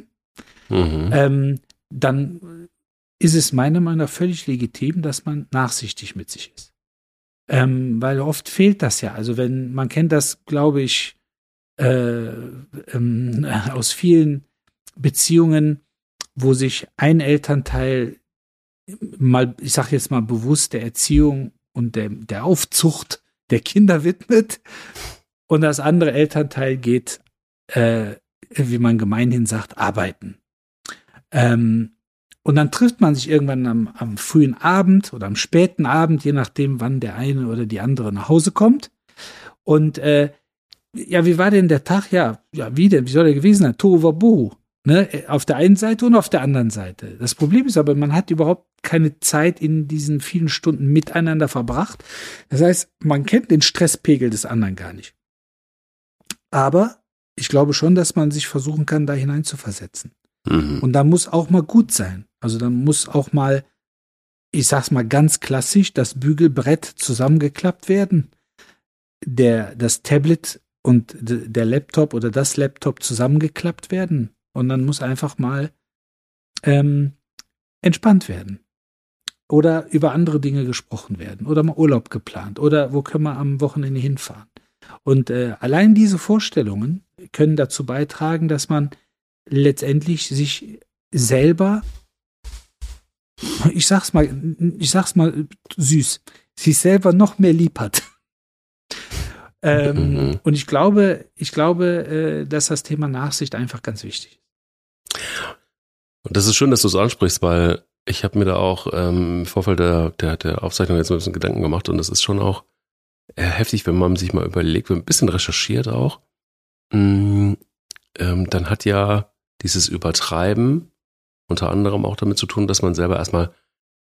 S3: dann ist es meiner Meinung nach völlig legitim, dass man nachsichtig mit sich ist. Weil oft fehlt das ja. Also man kennt das, glaube ich, aus vielen Beziehungen, wo sich ein Elternteil mal, ich sage jetzt mal bewusst der Erziehung und der Aufzucht der Kinder widmet und das andere Elternteil geht, wie man gemeinhin sagt, arbeiten. Und dann trifft man sich irgendwann am frühen Abend oder am späten Abend, je nachdem, wann der eine oder die andere nach Hause kommt. Und ja, wie war denn der Tag? Ja, wie denn? Wie soll er gewesen sein? Tohu wabohu. Ne? Auf der einen Seite und auf der anderen Seite. Das Problem ist aber, man hat überhaupt keine Zeit in diesen vielen Stunden miteinander verbracht. Das heißt, man kennt den Stresspegel des anderen gar nicht. Aber ich glaube schon, dass man sich versuchen kann, da hineinzuversetzen. Und da muss auch mal gut sein. Also dann muss auch mal, ich sag's mal ganz klassisch, das Bügelbrett zusammengeklappt werden, das Tablet und der Laptop oder das Laptop zusammengeklappt werden. Und dann muss einfach mal entspannt werden. Oder über andere Dinge gesprochen werden. Oder mal Urlaub geplant. Oder wo können wir am Wochenende hinfahren. Und allein diese Vorstellungen können dazu beitragen, dass man letztendlich sich selber, ich sag's mal süß, sich selber noch mehr lieb hat. Und ich glaube, dass das Thema Nachsicht einfach ganz wichtig ist.
S2: Und das ist schön, dass du es ansprichst, weil ich habe mir da auch im Vorfeld der Aufzeichnung jetzt ein bisschen Gedanken gemacht und es ist schon auch heftig, wenn man sich mal überlegt, wenn man ein bisschen recherchiert auch, dann hat ja dieses Übertreiben unter anderem auch damit zu tun, dass man selber erstmal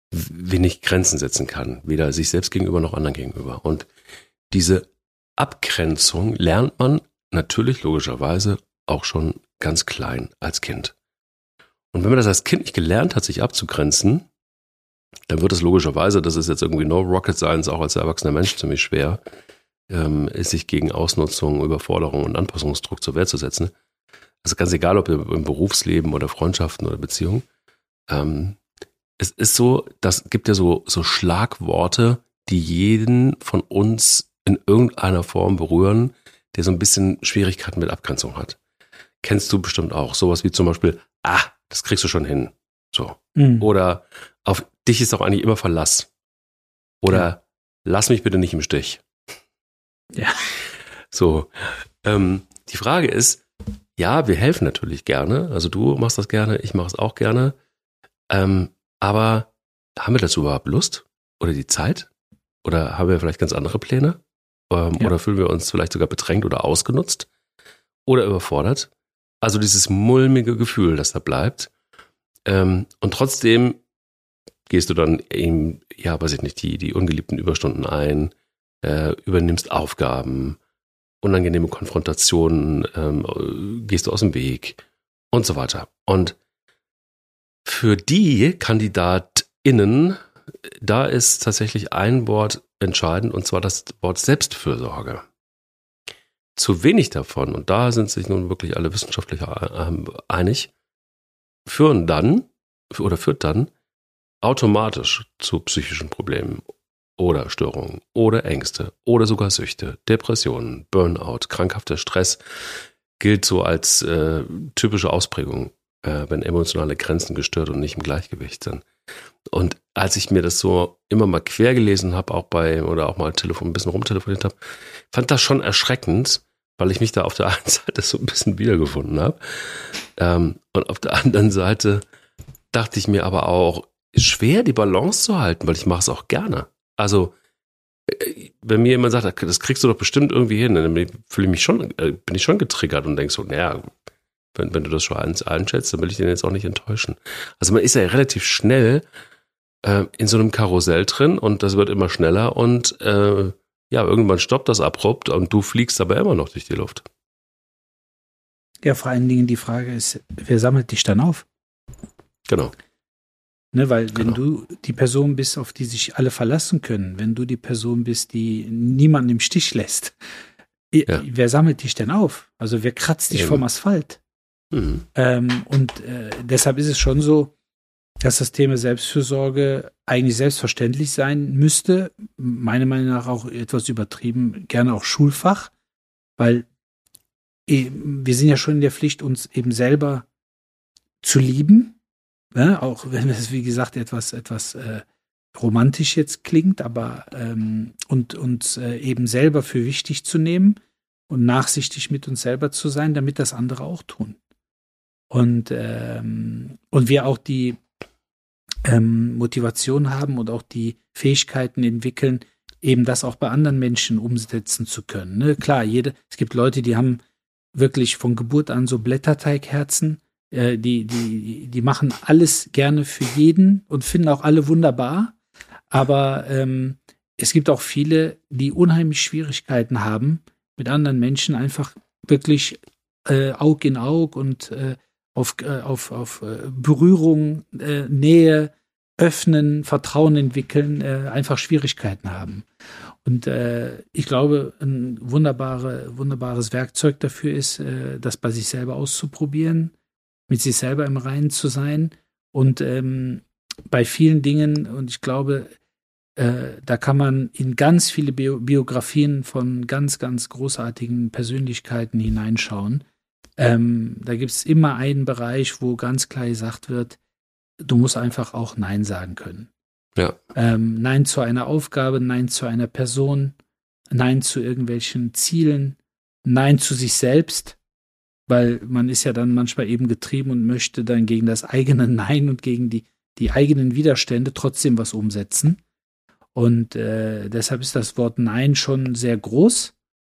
S2: wenig Grenzen setzen kann, weder sich selbst gegenüber noch anderen gegenüber. Und diese Abgrenzung lernt man natürlich logischerweise auch schon ganz klein als Kind. Und wenn man das als Kind nicht gelernt hat, sich abzugrenzen, dann wird es logischerweise, das ist jetzt irgendwie no rocket science, auch als erwachsener Mensch ziemlich schwer, sich gegen Ausnutzung, Überforderung und Anpassungsdruck zur Wehr zu setzen. Also ganz egal, ob im Berufsleben oder Freundschaften oder Beziehungen. Es ist so, das gibt ja so Schlagworte, die jeden von uns in irgendeiner Form berühren, der so ein bisschen Schwierigkeiten mit Abgrenzung hat. Kennst du bestimmt auch. Sowas wie zum Beispiel, das kriegst du schon hin. So. Oder auf dich ist auch eigentlich immer Verlass. Oder lass mich bitte nicht im Stich.
S3: Ja.
S2: So. Die Frage ist, ja, wir helfen natürlich gerne. Also du machst das gerne, ich mache es auch gerne. Aber haben wir dazu überhaupt Lust? Oder die Zeit? Oder haben wir vielleicht ganz andere Pläne? Oder fühlen wir uns vielleicht sogar bedrängt oder ausgenutzt? Oder überfordert? Also dieses mulmige Gefühl, das da bleibt. Und trotzdem gehst du dann eben, weiß ich nicht, die ungeliebten Überstunden ein, übernimmst Aufgaben, unangenehme Konfrontationen, gehst du aus dem Weg und so weiter. Und für die KandidatInnen, da ist tatsächlich ein Wort entscheidend, und zwar das Wort Selbstfürsorge. Zu wenig davon, und da sind sich nun wirklich alle Wissenschaftler einig, führt dann automatisch zu psychischen Problemen oder Störungen oder Ängste oder sogar Süchte, Depressionen, Burnout, krankhafter Stress gilt so als typische Ausprägung, wenn emotionale Grenzen gestört und nicht im Gleichgewicht sind. Und als ich mir das so immer mal quer gelesen habe, oder auch mal ein bisschen rumtelefoniert habe, fand das schon erschreckend, weil ich mich da auf der einen Seite so ein bisschen wiedergefunden habe. Und auf der anderen Seite dachte ich mir aber auch, schwer die Balance zu halten, weil ich mache es auch gerne. Also, wenn mir jemand sagt, das kriegst du doch bestimmt irgendwie hin, dann bin ich schon getriggert und denke so, naja, wenn du das schon einschätzt, dann will ich den jetzt auch nicht enttäuschen. Also man ist ja relativ schnell in so einem Karussell drin und das wird immer schneller und irgendwann stoppt das abrupt und du fliegst aber immer noch durch die Luft.
S3: Ja, vor allen Dingen die Frage ist, wer sammelt dich dann auf?
S2: Genau.
S3: Ne, weil wenn du die Person bist, auf die sich alle verlassen können, wenn du die Person bist, die niemanden im Stich lässt, wer sammelt dich denn auf? Also wer kratzt dich vom Asphalt?
S2: Mhm.
S3: Deshalb ist es schon so, dass das Thema Selbstfürsorge eigentlich selbstverständlich sein müsste. Meiner Meinung nach auch etwas übertrieben, gerne auch Schulfach, weil wir sind ja schon in der Pflicht, uns eben selber zu lieben. Ja, auch wenn es, wie gesagt, etwas romantisch jetzt klingt, aber und uns eben selber für wichtig zu nehmen und nachsichtig mit uns selber zu sein, damit das andere auch tun. Und wir auch die Motivation haben und auch die Fähigkeiten entwickeln, eben das auch bei anderen Menschen umsetzen zu können. Ne? Klar, es gibt Leute, die haben wirklich von Geburt an so Blätterteigherzen, die machen alles gerne für jeden und finden auch alle wunderbar. Aber es gibt auch viele, die unheimlich Schwierigkeiten haben, mit anderen Menschen einfach wirklich Aug in Aug und auf Berührung, Nähe, Öffnen, Vertrauen entwickeln, einfach Schwierigkeiten haben. Und ich glaube, ein wunderbares Werkzeug dafür ist, das bei sich selber auszuprobieren, mit sich selber im Reinen zu sein und bei vielen Dingen, und ich glaube, da kann man in ganz viele Biografien von ganz, ganz großartigen Persönlichkeiten hineinschauen. Da gibt es immer einen Bereich, wo ganz klar gesagt wird, du musst einfach auch Nein sagen können.
S2: Ja.
S3: Nein zu einer Aufgabe, Nein zu einer Person, Nein zu irgendwelchen Zielen, Nein zu sich selbst, weil man ist ja dann manchmal eben getrieben und möchte dann gegen das eigene Nein und gegen die eigenen Widerstände trotzdem was umsetzen. Und deshalb ist das Wort Nein schon sehr groß,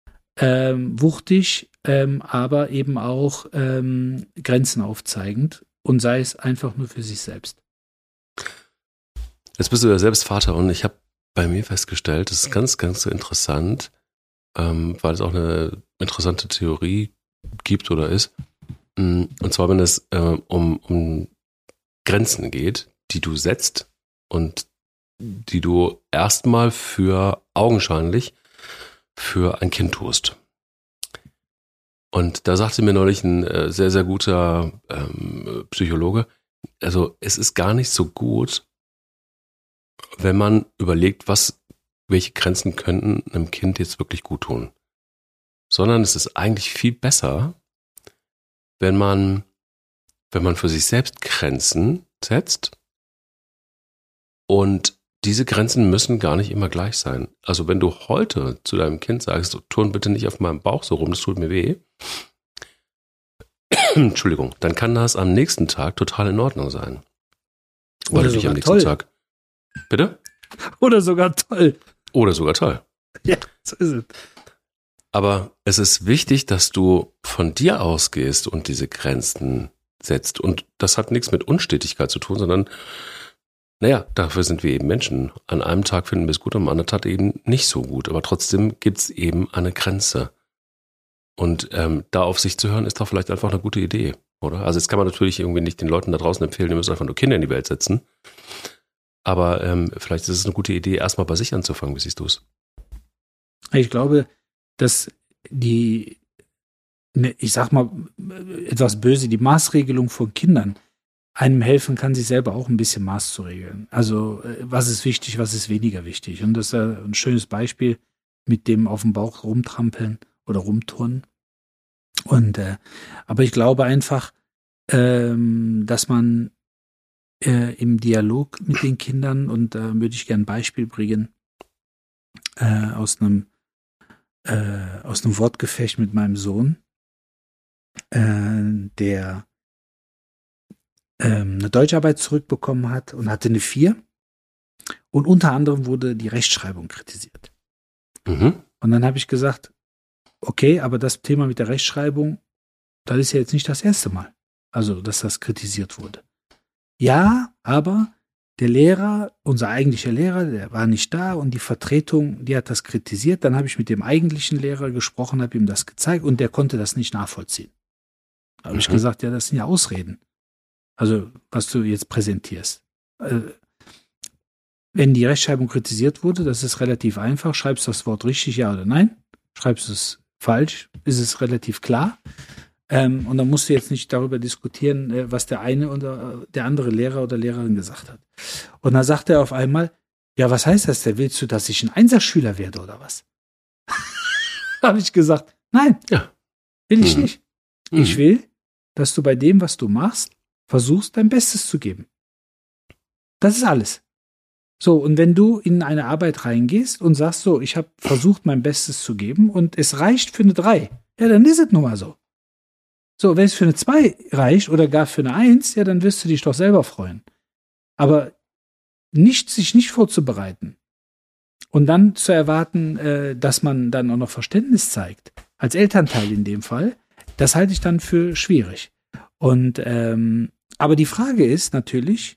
S3: wuchtig, aber eben auch Grenzen aufzeigend und sei es einfach nur für sich selbst.
S2: Jetzt bist du ja selbst Vater und ich habe bei mir festgestellt, das ist ganz, ganz interessant, weil es auch eine interessante Theorie gibt oder ist. Und zwar, wenn es um Grenzen geht, die du setzt und die du erstmal augenscheinlich für ein Kind tust. Und da sagte mir neulich ein sehr, sehr guter Psychologe, also es ist gar nicht so gut, wenn man überlegt, welche Grenzen könnten einem Kind jetzt wirklich gut tun. Sondern es ist eigentlich viel besser, wenn man für sich selbst Grenzen setzt und diese Grenzen müssen gar nicht immer gleich sein. Also wenn du heute zu deinem Kind sagst, turn bitte nicht auf meinem Bauch so rum, das tut mir weh. Entschuldigung, dann kann das am nächsten Tag total in Ordnung sein.
S3: Oder sogar am nächsten Tag.
S2: Bitte?
S3: Oder sogar toll.
S2: Oder sogar toll.
S3: Ja, so ist es.
S2: Aber es ist wichtig, dass du von dir ausgehst und diese Grenzen setzt. Und das hat nichts mit Unstetigkeit zu tun, sondern naja, dafür sind wir eben Menschen. An einem Tag finden wir es gut, am anderen Tag eben nicht so gut. Aber trotzdem gibt es eben eine Grenze. Und da auf sich zu hören, ist doch vielleicht einfach eine gute Idee, oder? Also jetzt kann man natürlich irgendwie nicht den Leuten da draußen empfehlen, die müssen einfach nur Kinder in die Welt setzen. Aber vielleicht ist es eine gute Idee, erstmal bei sich anzufangen. Wie siehst du es?
S3: Ich glaube, dass ich sag mal etwas böse, die Maßregelung von Kindern einem helfen kann, sich selber auch ein bisschen Maß zu regeln. Also was ist wichtig, was ist weniger wichtig. Und das ist ein schönes Beispiel mit dem auf dem Bauch rumtrampeln oder rumturnen. Und aber ich glaube einfach, dass man im Dialog mit den Kindern, und da würde ich gerne ein Beispiel bringen, aus einem Wortgefecht mit meinem Sohn, der eine Deutscharbeit zurückbekommen hat und hatte eine 4. Und unter anderem wurde die Rechtschreibung kritisiert.
S2: Mhm.
S3: Und dann habe ich gesagt, okay, aber das Thema mit der Rechtschreibung, das ist ja jetzt nicht das erste Mal, also dass das kritisiert wurde. Ja, aber der Lehrer, unser eigentlicher Lehrer, der war nicht da und die Vertretung, die hat das kritisiert. Dann habe ich mit dem eigentlichen Lehrer gesprochen, habe ihm das gezeigt und der konnte das nicht nachvollziehen. Da habe ich gesagt, ja, das sind ja Ausreden. Also, was du jetzt präsentierst. Wenn die Rechtschreibung kritisiert wurde, das ist relativ einfach. Schreibst du das Wort richtig, ja oder nein? Schreibst du es falsch, ist es relativ klar. Und dann musst du jetzt nicht darüber diskutieren, was der eine oder der andere Lehrer oder Lehrerin gesagt hat. Und dann sagt er auf einmal, ja, was heißt das denn? Willst du, dass ich ein Einserschüler werde oder was? Habe ich gesagt, nein, will ich nicht. Ich will, dass du bei dem, was du machst, versuchst, dein Bestes zu geben. Das ist alles. So, und wenn du in eine Arbeit reingehst und sagst so, ich habe versucht, mein Bestes zu geben und es reicht für eine 3, ja, dann ist es nun mal so. So, wenn es für eine 2 reicht oder gar für eine 1, ja, dann wirst du dich doch selber freuen. Aber sich nicht vorzubereiten und dann zu erwarten, dass man dann auch noch Verständnis zeigt, als Elternteil in dem Fall, das halte ich dann für schwierig. Und aber die Frage ist natürlich,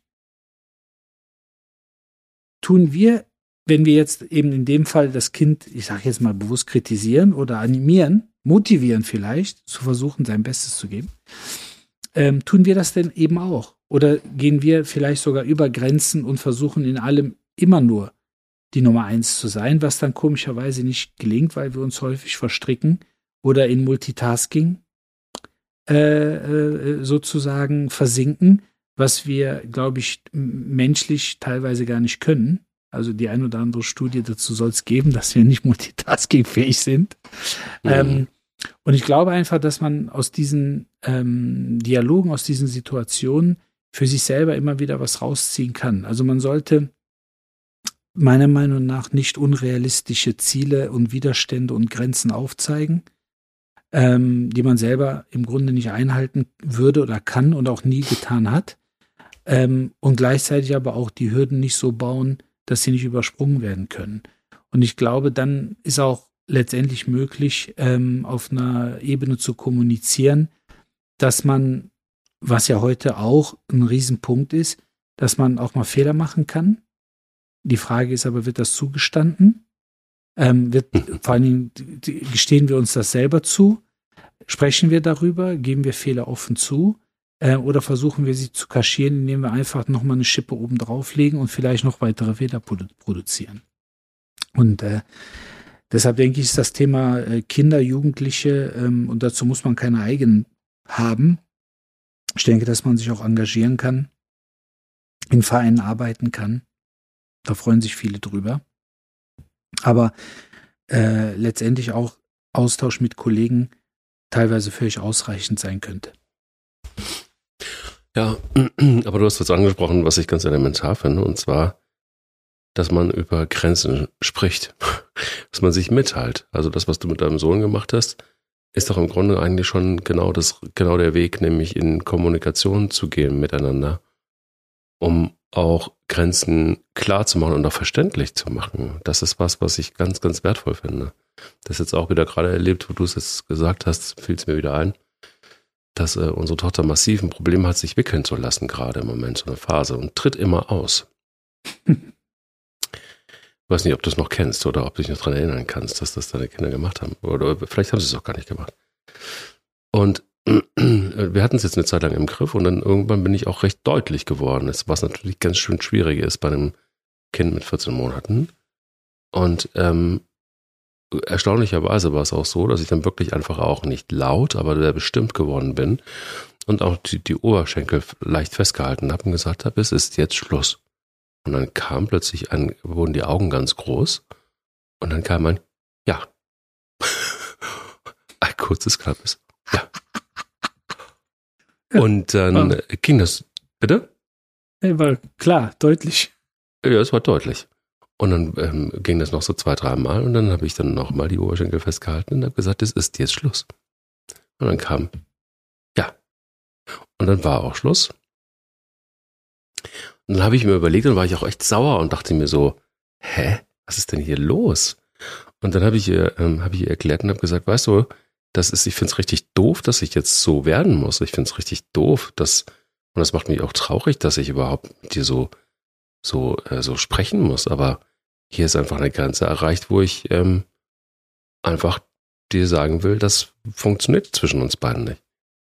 S3: tun wir, wenn wir jetzt eben in dem Fall das Kind, ich sage jetzt mal bewusst kritisieren oder animieren, motivieren vielleicht, zu versuchen, sein Bestes zu geben, tun wir das denn eben auch? Oder gehen wir vielleicht sogar über Grenzen und versuchen in allem immer nur die Nummer 1 zu sein, was dann komischerweise nicht gelingt, weil wir uns häufig verstricken oder in Multitasking sozusagen versinken, was wir, glaube ich, menschlich teilweise gar nicht können. Also die ein oder andere Studie dazu soll es geben, dass wir nicht multitaskingfähig sind. Und ich glaube einfach, dass man aus diesen Dialogen, aus diesen Situationen für sich selber immer wieder was rausziehen kann. Also man sollte meiner Meinung nach nicht unrealistische Ziele und Widerstände und Grenzen aufzeigen, die man selber im Grunde nicht einhalten würde oder kann und auch nie getan hat. Und gleichzeitig aber auch die Hürden nicht so bauen, dass sie nicht übersprungen werden können. Und ich glaube, dann ist auch letztendlich möglich, auf einer Ebene zu kommunizieren, dass man, was ja heute auch ein Riesenpunkt ist, dass man auch mal Fehler machen kann, Die Frage ist aber, wird das zugestanden? Vor allen Dingen, gestehen wir uns das selber zu? Sprechen wir darüber? Geben wir Fehler offen zu? Oder versuchen wir sie zu kaschieren, indem wir einfach nochmal eine Schippe oben drauflegen und vielleicht noch weitere Fehler produzieren? Und deshalb denke ich, ist das Thema Kinder, Jugendliche, und dazu muss man keine eigenen haben. Ich denke, dass man sich auch engagieren kann, in Vereinen arbeiten kann. Da freuen sich viele drüber. Aber letztendlich auch Austausch mit Kollegen teilweise völlig ausreichend sein könnte.
S2: Ja, aber du hast was angesprochen, was ich ganz elementar finde, und zwar, dass man über Grenzen spricht, dass man sich mitteilt. Also das, was du mit deinem Sohn gemacht hast, ist doch im Grunde eigentlich schon genau der Weg, nämlich in Kommunikation zu gehen miteinander, um auch Grenzen klar zu machen und auch verständlich zu machen. Das ist was ich ganz, ganz wertvoll finde. Das jetzt auch wieder gerade erlebt, wo du es jetzt gesagt hast, fiel es mir wieder ein, dass unsere Tochter massiv ein Problem hat, sich wickeln zu lassen, gerade im Moment, so eine Phase, und tritt immer aus. Ich weiß nicht, ob du es noch kennst oder ob du dich noch daran erinnern kannst, dass das deine Kinder gemacht haben. Oder vielleicht haben sie es auch gar nicht gemacht. Und wir hatten es jetzt eine Zeit lang im Griff und dann irgendwann bin ich auch recht deutlich geworden, was natürlich ganz schön schwierig ist bei einem Kind mit 14 Monaten. Und erstaunlicherweise war es auch so, dass ich dann wirklich einfach auch nicht laut, aber sehr bestimmt geworden bin und auch die Oberschenkel leicht festgehalten habe und gesagt habe, es ist jetzt Schluss. Und dann kam plötzlich wurden die Augen ganz groß und dann kam ein Ja. Ein kurzes, knappes Ja. Und dann ging das, bitte?
S3: War klar, deutlich.
S2: Ja, es war deutlich. Und dann ging das noch so 2-3 Mal und dann habe ich dann nochmal die Oberschenkel festgehalten und habe gesagt, es ist jetzt Schluss. Und dann kam Ja. Und dann war auch Schluss. Und dann habe ich mir überlegt und war ich auch echt sauer und dachte mir so, was ist denn hier los? Und dann habe ich ihr erklärt und habe gesagt, weißt du, ich finde es richtig doof, dass ich jetzt so werden muss. Ich finde es richtig doof, und das macht mich auch traurig, dass ich überhaupt mit dir so sprechen muss. Aber hier ist einfach eine Grenze erreicht, wo ich einfach dir sagen will, das funktioniert zwischen uns beiden nicht.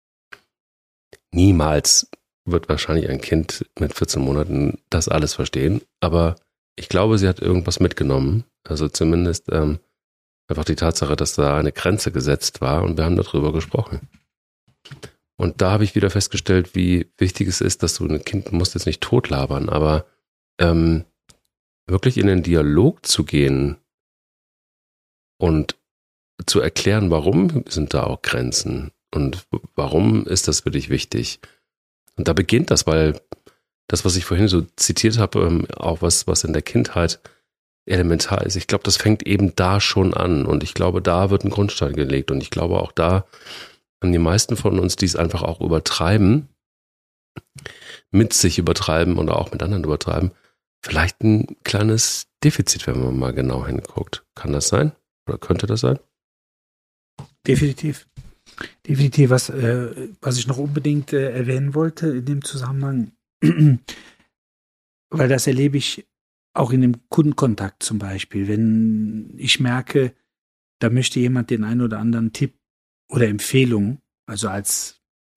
S2: Niemals wird wahrscheinlich ein Kind mit 14 Monaten das alles verstehen, aber ich glaube, sie hat irgendwas mitgenommen. Also zumindest einfach die Tatsache, dass da eine Grenze gesetzt war und wir haben darüber gesprochen. Und da habe ich wieder festgestellt, wie wichtig es ist, dass du ein Kind, musst jetzt nicht totlabern, aber wirklich in den Dialog zu gehen und zu erklären, warum sind da auch Grenzen und warum ist das für dich wichtig. Und da beginnt das, weil das, was ich vorhin so zitiert habe, auch was in der Kindheit elementar ist, ich glaube, das fängt eben da schon an und ich glaube, da wird ein Grundstein gelegt und ich glaube auch da haben die meisten von uns, die es einfach auch übertreiben, mit sich übertreiben oder auch mit anderen übertreiben, vielleicht ein kleines Defizit, wenn man mal genau hinguckt. Kann das sein? Oder könnte das sein?
S3: Definitiv. Definitiv, was ich noch unbedingt erwähnen wollte in dem Zusammenhang, weil das erlebe ich auch in dem Kundenkontakt zum Beispiel, wenn ich merke, da möchte jemand den einen oder anderen Tipp oder Empfehlung, also als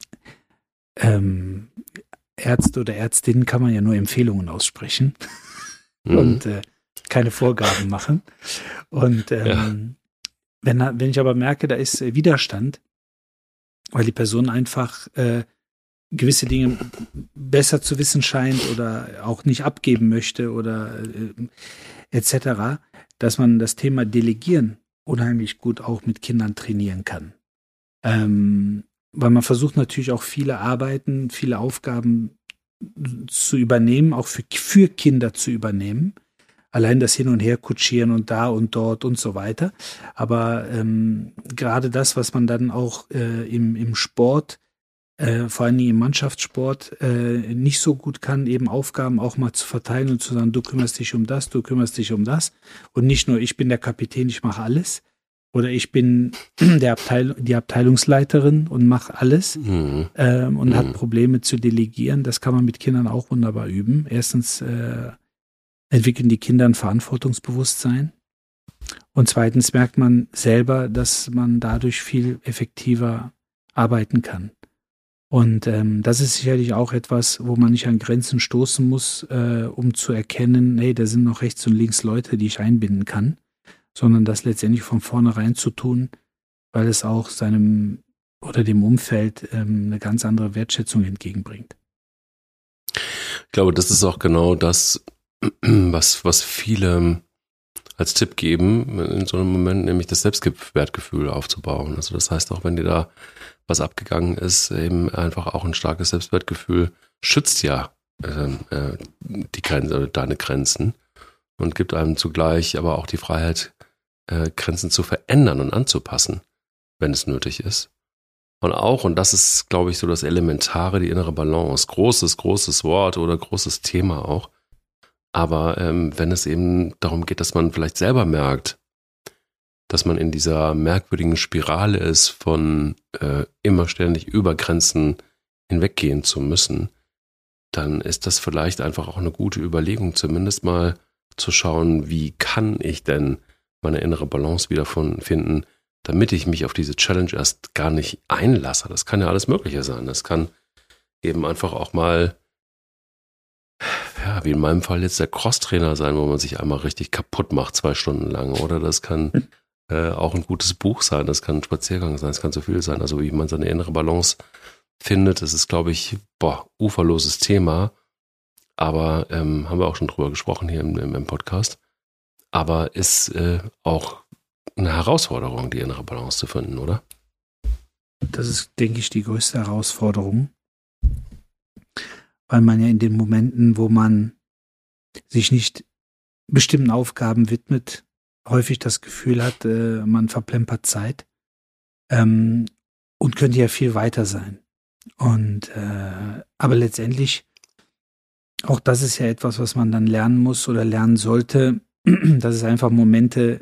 S3: Ärzte oder Ärztin kann man ja nur Empfehlungen aussprechen und keine Vorgaben machen. Und wenn ich aber merke, da ist Widerstand, weil die Person einfach gewisse Dinge besser zu wissen scheint oder auch nicht abgeben möchte oder etc., dass man das Thema Delegieren unheimlich gut auch mit Kindern trainieren kann. Weil man versucht natürlich auch viele Arbeiten, viele Aufgaben zu übernehmen, auch für Kinder zu übernehmen. Allein das Hin- und Her-Kutschieren und da und dort und so weiter. Aber gerade das, was man dann auch im Sport, vor allen Dingen im Mannschaftssport, nicht so gut kann, eben Aufgaben auch mal zu verteilen und zu sagen, du kümmerst dich um das, du kümmerst dich um das. Und nicht nur, ich bin der Kapitän, ich mache alles. Oder ich bin die Abteilungsleiterin und mache alles und hat Probleme zu delegieren. Das kann man mit Kindern auch wunderbar üben. Erstens entwickeln die Kinder ein Verantwortungsbewusstsein. Und zweitens merkt man selber, dass man dadurch viel effektiver arbeiten kann. Und das ist sicherlich auch etwas, wo man nicht an Grenzen stoßen muss, um zu erkennen, hey, da sind noch rechts und links Leute, die ich einbinden kann, sondern das letztendlich von vornherein zu tun, weil es auch seinem oder dem Umfeld eine ganz andere Wertschätzung entgegenbringt.
S2: Ich glaube, das ist auch genau das, was viele als Tipp geben in so einem Moment, nämlich das Selbstwertgefühl aufzubauen. Also das heißt, auch wenn dir da was abgegangen ist, eben einfach auch ein starkes Selbstwertgefühl schützt ja die Grenze oder deine Grenzen und gibt einem zugleich aber auch die Freiheit, Grenzen zu verändern und anzupassen, wenn es nötig ist. Und das ist, glaube ich, so das Elementare, die innere Balance. Großes Wort oder großes Thema auch. Aber wenn es eben darum geht, dass man vielleicht selber merkt, dass man in dieser merkwürdigen Spirale ist, von immer ständig über Grenzen hinweggehen zu müssen, dann ist das vielleicht einfach auch eine gute Überlegung, zumindest mal zu schauen, wie kann ich denn meine innere Balance wieder finden, damit ich mich auf diese Challenge erst gar nicht einlasse. Das kann ja alles Mögliche sein. Das kann eben einfach auch mal, ja, wie in meinem Fall jetzt der Crosstrainer sein, wo man sich einmal richtig kaputt macht, 2 Stunden lang. Oder das kann auch ein gutes Buch sein, das kann ein Spaziergang sein, das kann so viel sein. Also wie man seine innere Balance findet, das ist, glaube ich, uferloses Thema. Aber haben wir auch schon drüber gesprochen hier im Podcast. Aber ist auch eine Herausforderung, die innere Balance zu finden, oder?
S3: Das ist, denke ich, die größte Herausforderung. Weil man ja in den Momenten, wo man sich nicht bestimmten Aufgaben widmet, häufig das Gefühl hat, man verplempert Zeit und könnte ja viel weiter sein. Und aber letztendlich, auch das ist ja etwas, was man dann lernen muss oder lernen sollte, dass es einfach Momente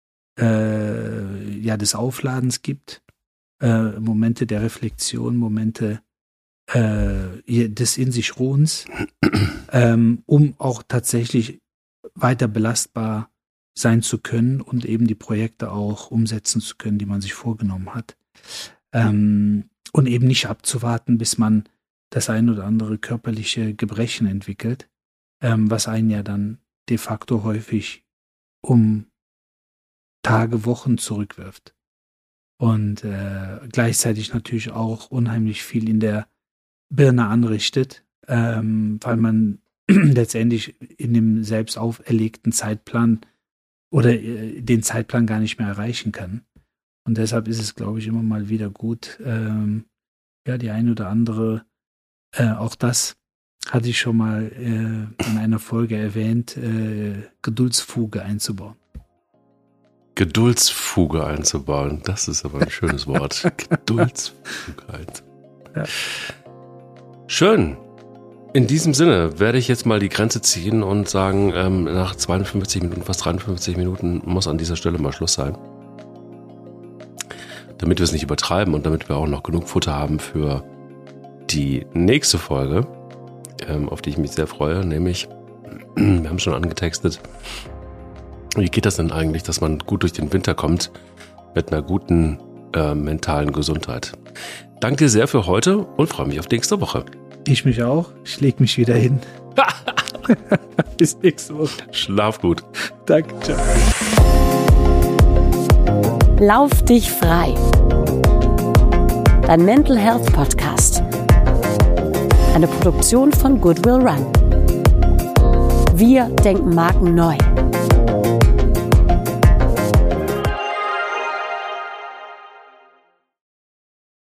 S3: des Aufladens gibt, Momente der Reflexion, Momente des in sich Ruhens, um auch tatsächlich weiter belastbar sein zu können und eben die Projekte auch umsetzen zu können, die man sich vorgenommen hat. Und eben nicht abzuwarten, bis man das ein oder andere körperliche Gebrechen entwickelt, was einen ja dann de facto häufig um Tage, Wochen zurückwirft. Und gleichzeitig natürlich auch unheimlich viel in der Birne anrichtet, weil man letztendlich in dem selbst auferlegten Zeitplan oder den Zeitplan gar nicht mehr erreichen kann. Und deshalb ist es, glaube ich, immer mal wieder gut, die ein oder andere, auch das hatte ich schon mal in einer Folge erwähnt, Geduldsfuge einzubauen.
S2: Geduldsfuge einzubauen, das ist aber ein schönes Wort. Geduldsfuge einzubauen. Ja. Schön. In diesem Sinne werde ich jetzt mal die Grenze ziehen und sagen, nach 52 Minuten, fast 53 Minuten muss an dieser Stelle mal Schluss sein. Damit wir es nicht übertreiben und damit wir auch noch genug Futter haben für die nächste Folge, auf die ich mich sehr freue, nämlich, wir haben es schon angetextet, wie geht das denn eigentlich, dass man gut durch den Winter kommt mit einer guten mentalen Gesundheit? Danke dir sehr für heute und freue mich auf nächste Woche.
S3: Ich mich auch. Ich lege mich wieder hin. Bis nächste Woche.
S2: Schlaf gut.
S3: Danke. Ciao.
S1: Lauf dich frei. Dein Mental Health Podcast. Eine Produktion von Goodwill Run. Wir denken Marken neu.